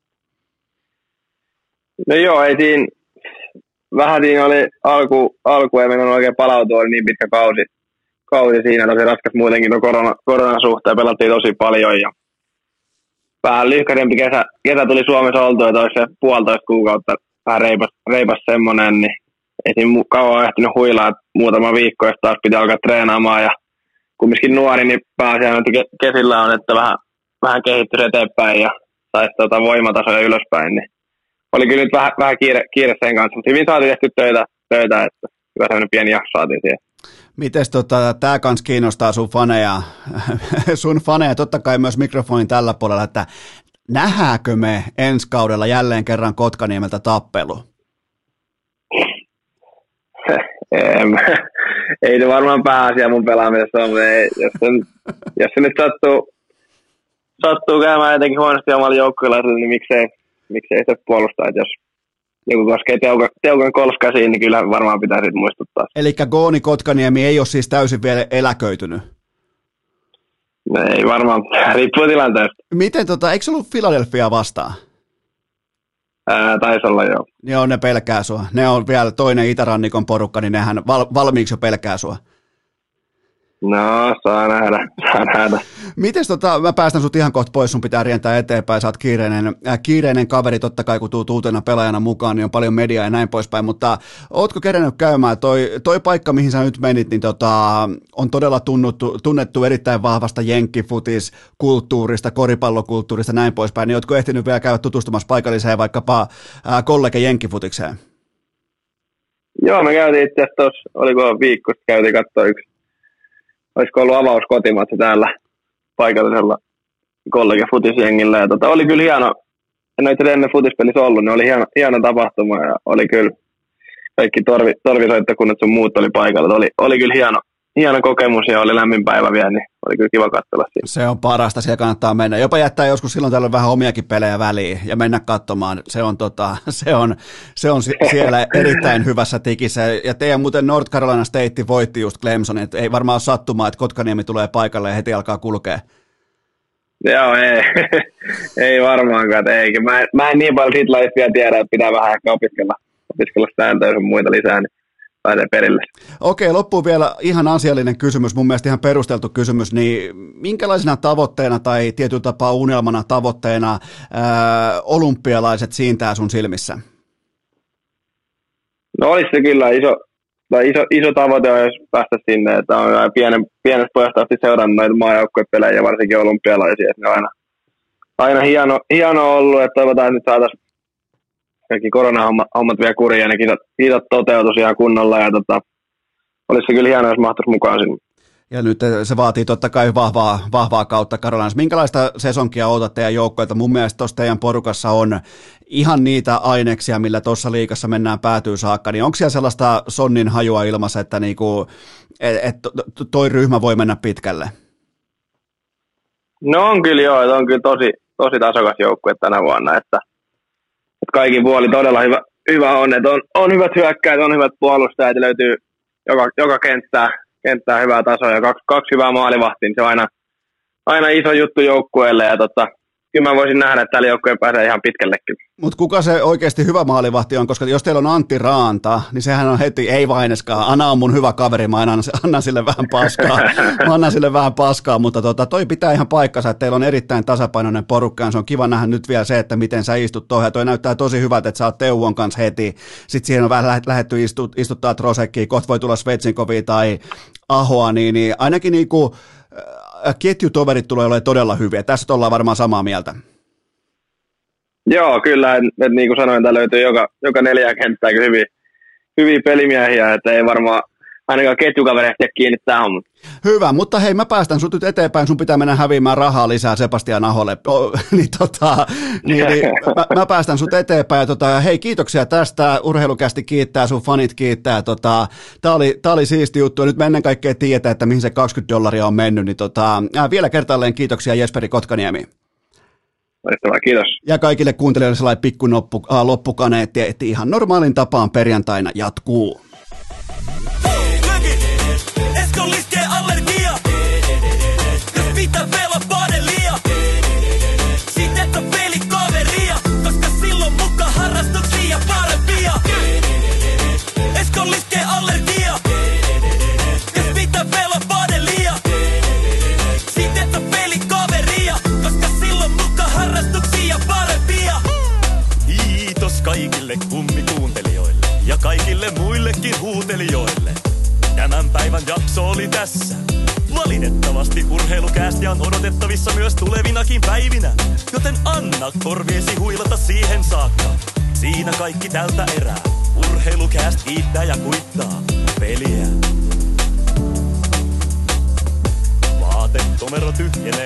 No joo, ei siinä. Vähän siinä oli alku ei mennyt oikein palautua, oli niin pitkä kausi siinä, tosi raskas muutenkin koronan suhteen, pelattiin tosi paljon ja vähän lyhkäisempi kesä tuli Suomessa oltua, toisi 1,5 kuukautta vähän reipas semmonen, niin ei siinä kauan ehtinyt huilaa, että muutama viikko, jos taas piti alkaa treenaamaan ja kumminkin nuori, niin pääasiassa kesillä on, että vähän kehittyisi eteenpäin ja saisi voimatasoja ylöspäin, niin oli kyllä nyt vähän kiire sen kanssa, mutta hyvin saatiin tehty töitä, että hyvä sellainen pieni jakso saatiin siihen. Mites tämä kans kiinnostaa sun faneja, totta kai myös mikrofonin tällä puolella, että nähdäänkö me ensi kaudella jälleen kerran Kotkaniemeltä tappelu? Ei se varmaan pääasia mun pelaamisessa on, mutta jos se nyt sattuu käymään jotenkin huonosti omalla joukkueella, niin miksei sitä puolustaa, että jos joku koskee Teukan kolskasiin, niin kyllä varmaan pitää siitä muistuttaa. Elikkä Gooni Kotkaniemi ei ole siis täysin vielä eläköitynyt? Ei varmaan, riippuu tilanteesta. Miten, eikö se ollut Philadelphia vastaan? Taisi olla joo. Joo, ne pelkää sua. Ne on vielä toinen itärannikon porukka, niin nehän valmiiksi jo pelkää sua. No, saa nähdä. Mites mä päästän sut ihan kohta pois, sun pitää rientää eteenpäin, sä oot kiireinen kaveri, totta kai kun tuut uutena pelaajana mukaan, niin on paljon mediaa ja näin poispäin, mutta ootko kerennyt käymään, toi paikka, mihin sä nyt menit, niin on todella tunnettu erittäin vahvasta jenkkifutiskulttuurista, koripallokulttuurista näin poispäin, niin ootko ehtinyt vielä käydä tutustumassa paikalliseen vaikkapa kollege jenkkifutikseen? Joo, me käytiin itse asiassa tuossa, oliko viikko, käytiin katsoa olisiko ollut avaus kotimatsi täällä paikallisella kollege-futisjengillä. Ja oli kyllä hieno, en ole itse ennen futispelissä ollut, niin oli hieno tapahtuma ja oli kyllä kaikki torvisoittokunnat sun muut oli paikalla. Oli kyllä hieno kokemus ja oli lämmin päivä vielä, niin oli kyllä kiva katsella siinä. Se on parasta, siellä kannattaa mennä. Jopa jättää joskus silloin tällöin vähän omiakin pelejä väliin ja mennä katsomaan. Se on siellä erittäin hyvässä tikissä. Ja teidän muuten North Carolina State voitti just Clemsonin. Ei varmaan ole sattumaa, että Kotkaniemi tulee paikalle ja heti alkaa kulkea. Joo, ei varmaankaan. Eikä. Mä en niin paljon siitä laista tiedä, että pitää vähän ehkä opiskella sääntöjä ja muita lisää, niin pääsee perille. Okei, loppuun vielä ihan asiallinen kysymys, mun mielestä ihan perusteltu kysymys, niin minkälaisena tavoitteena tai tietyllä tapaa unelmana tavoitteena olympialaiset siintää sun silmissä? No olisi se kyllä iso tavoite, jos päästä sinne, että on pienestä pojasta asti seurannut noita maajoukkuepelejä ja varsinkin olympialaisia, että ne on aina hieno ollut, että toivotaan, että nyt saataisiin kaikki koronahommat vielä kuriin ja ne kisat toteutus ihan kunnolla ja olisi se kyllä hienoa, jos mahtuisi mukaan sinne. Ja nyt se vaatii totta kai vahvaa kautta Carolinassa. Minkälaista sesonkia odotat teidän joukkoilta? Mun mielestä tuossa teidän porukassa on ihan niitä aineksia, millä tuossa liigassa mennään päätyy saakka. Niin onko siellä sellaista sonnin hajua ilmassa, että niinku, toi ryhmä voi mennä pitkälle? No on kyllä joo, on kyllä tosi tasokas joukkue tänä vuonna, että kaikin puolin todella hyvä on, että on hyvät hyökkäät, on hyvät puolustajat ja löytyy joka kenttää hyvää tasoa ja kaksi hyvää maalivahtia, niin se on aina iso juttu joukkueelle ja kyllä mä voisin nähdä, että tällä joukkueen pääsee ihan pitkällekin. Mutta kuka se oikeasti hyvä maalivahti on, koska jos teillä on Antti Raanta, niin sehän on heti, ei Vaineskaan, Ana on mun hyvä kaveri, mä annan sille vähän paskaa, mutta toi pitää ihan paikkansa, että teillä on erittäin tasapainoinen porukka, ja se on kiva nähdä nyt vielä se, että miten sä istut tuohon, ja toi näyttää tosi hyvältä, että sä oot Teuon kanssa heti, sit siihen on vähän lähdetty istuttaa Trosekkiä, kohta voi tulla Svetsinkovia tai Ahoa, niin ainakin niinku ketjutoverit tulee olemaan todella hyviä. Tässä ollaan varmaan samaa mieltä. Joo, kyllä. Et niin kuin sanoin, täällä löytyy joka 4 kenttää hyviä pelimiehiä, että ei varmaan ainakaan ketjukavereista kiinni tähän. Hyvä, mutta hei, mä päästän sut nyt eteenpäin, sun pitää mennä häviämään rahaa lisää Sebastian Aholle, mä päästän sut eteenpäin, ja hei, kiitoksia tästä, Urheilukästi kiittää, sun fanit kiittää, tää oli siisti juttu, ja nyt me ennen kaikkea tiedetään, että mihin se $20 on mennyt, niin vielä kertaalleen kiitoksia Jesperi Kotkaniemi. Kiitos. Ja kaikille kuuntelijoille sellainen pikku loppukaneetti, että ihan normaalin tapaan perjantaina jatkuu. Eskon liskee allergia. Jos pitää pelaa padelia. Sit et on pelikaveria. Koska silloin mukaan harrastuksia parempia. Eskon liskee allergia. Jos pitää pelaa padelia. Sit et on pelikaveria. Koska silloin mukaan harrastuksia parempia. Kiitos kaikille kummikuuntelijoille. Ja kaikille muillekin huutelijoille. Tämän päivän jakso oli tässä. Valitettavasti Urheilukästiä on odotettavissa myös tulevinakin päivinä. Joten anna korviesi huilata siihen saakka. Siinä kaikki tältä erää. Urheilukäst kiittää ja kuittaa peliä. Vaatetomero tyhjenee.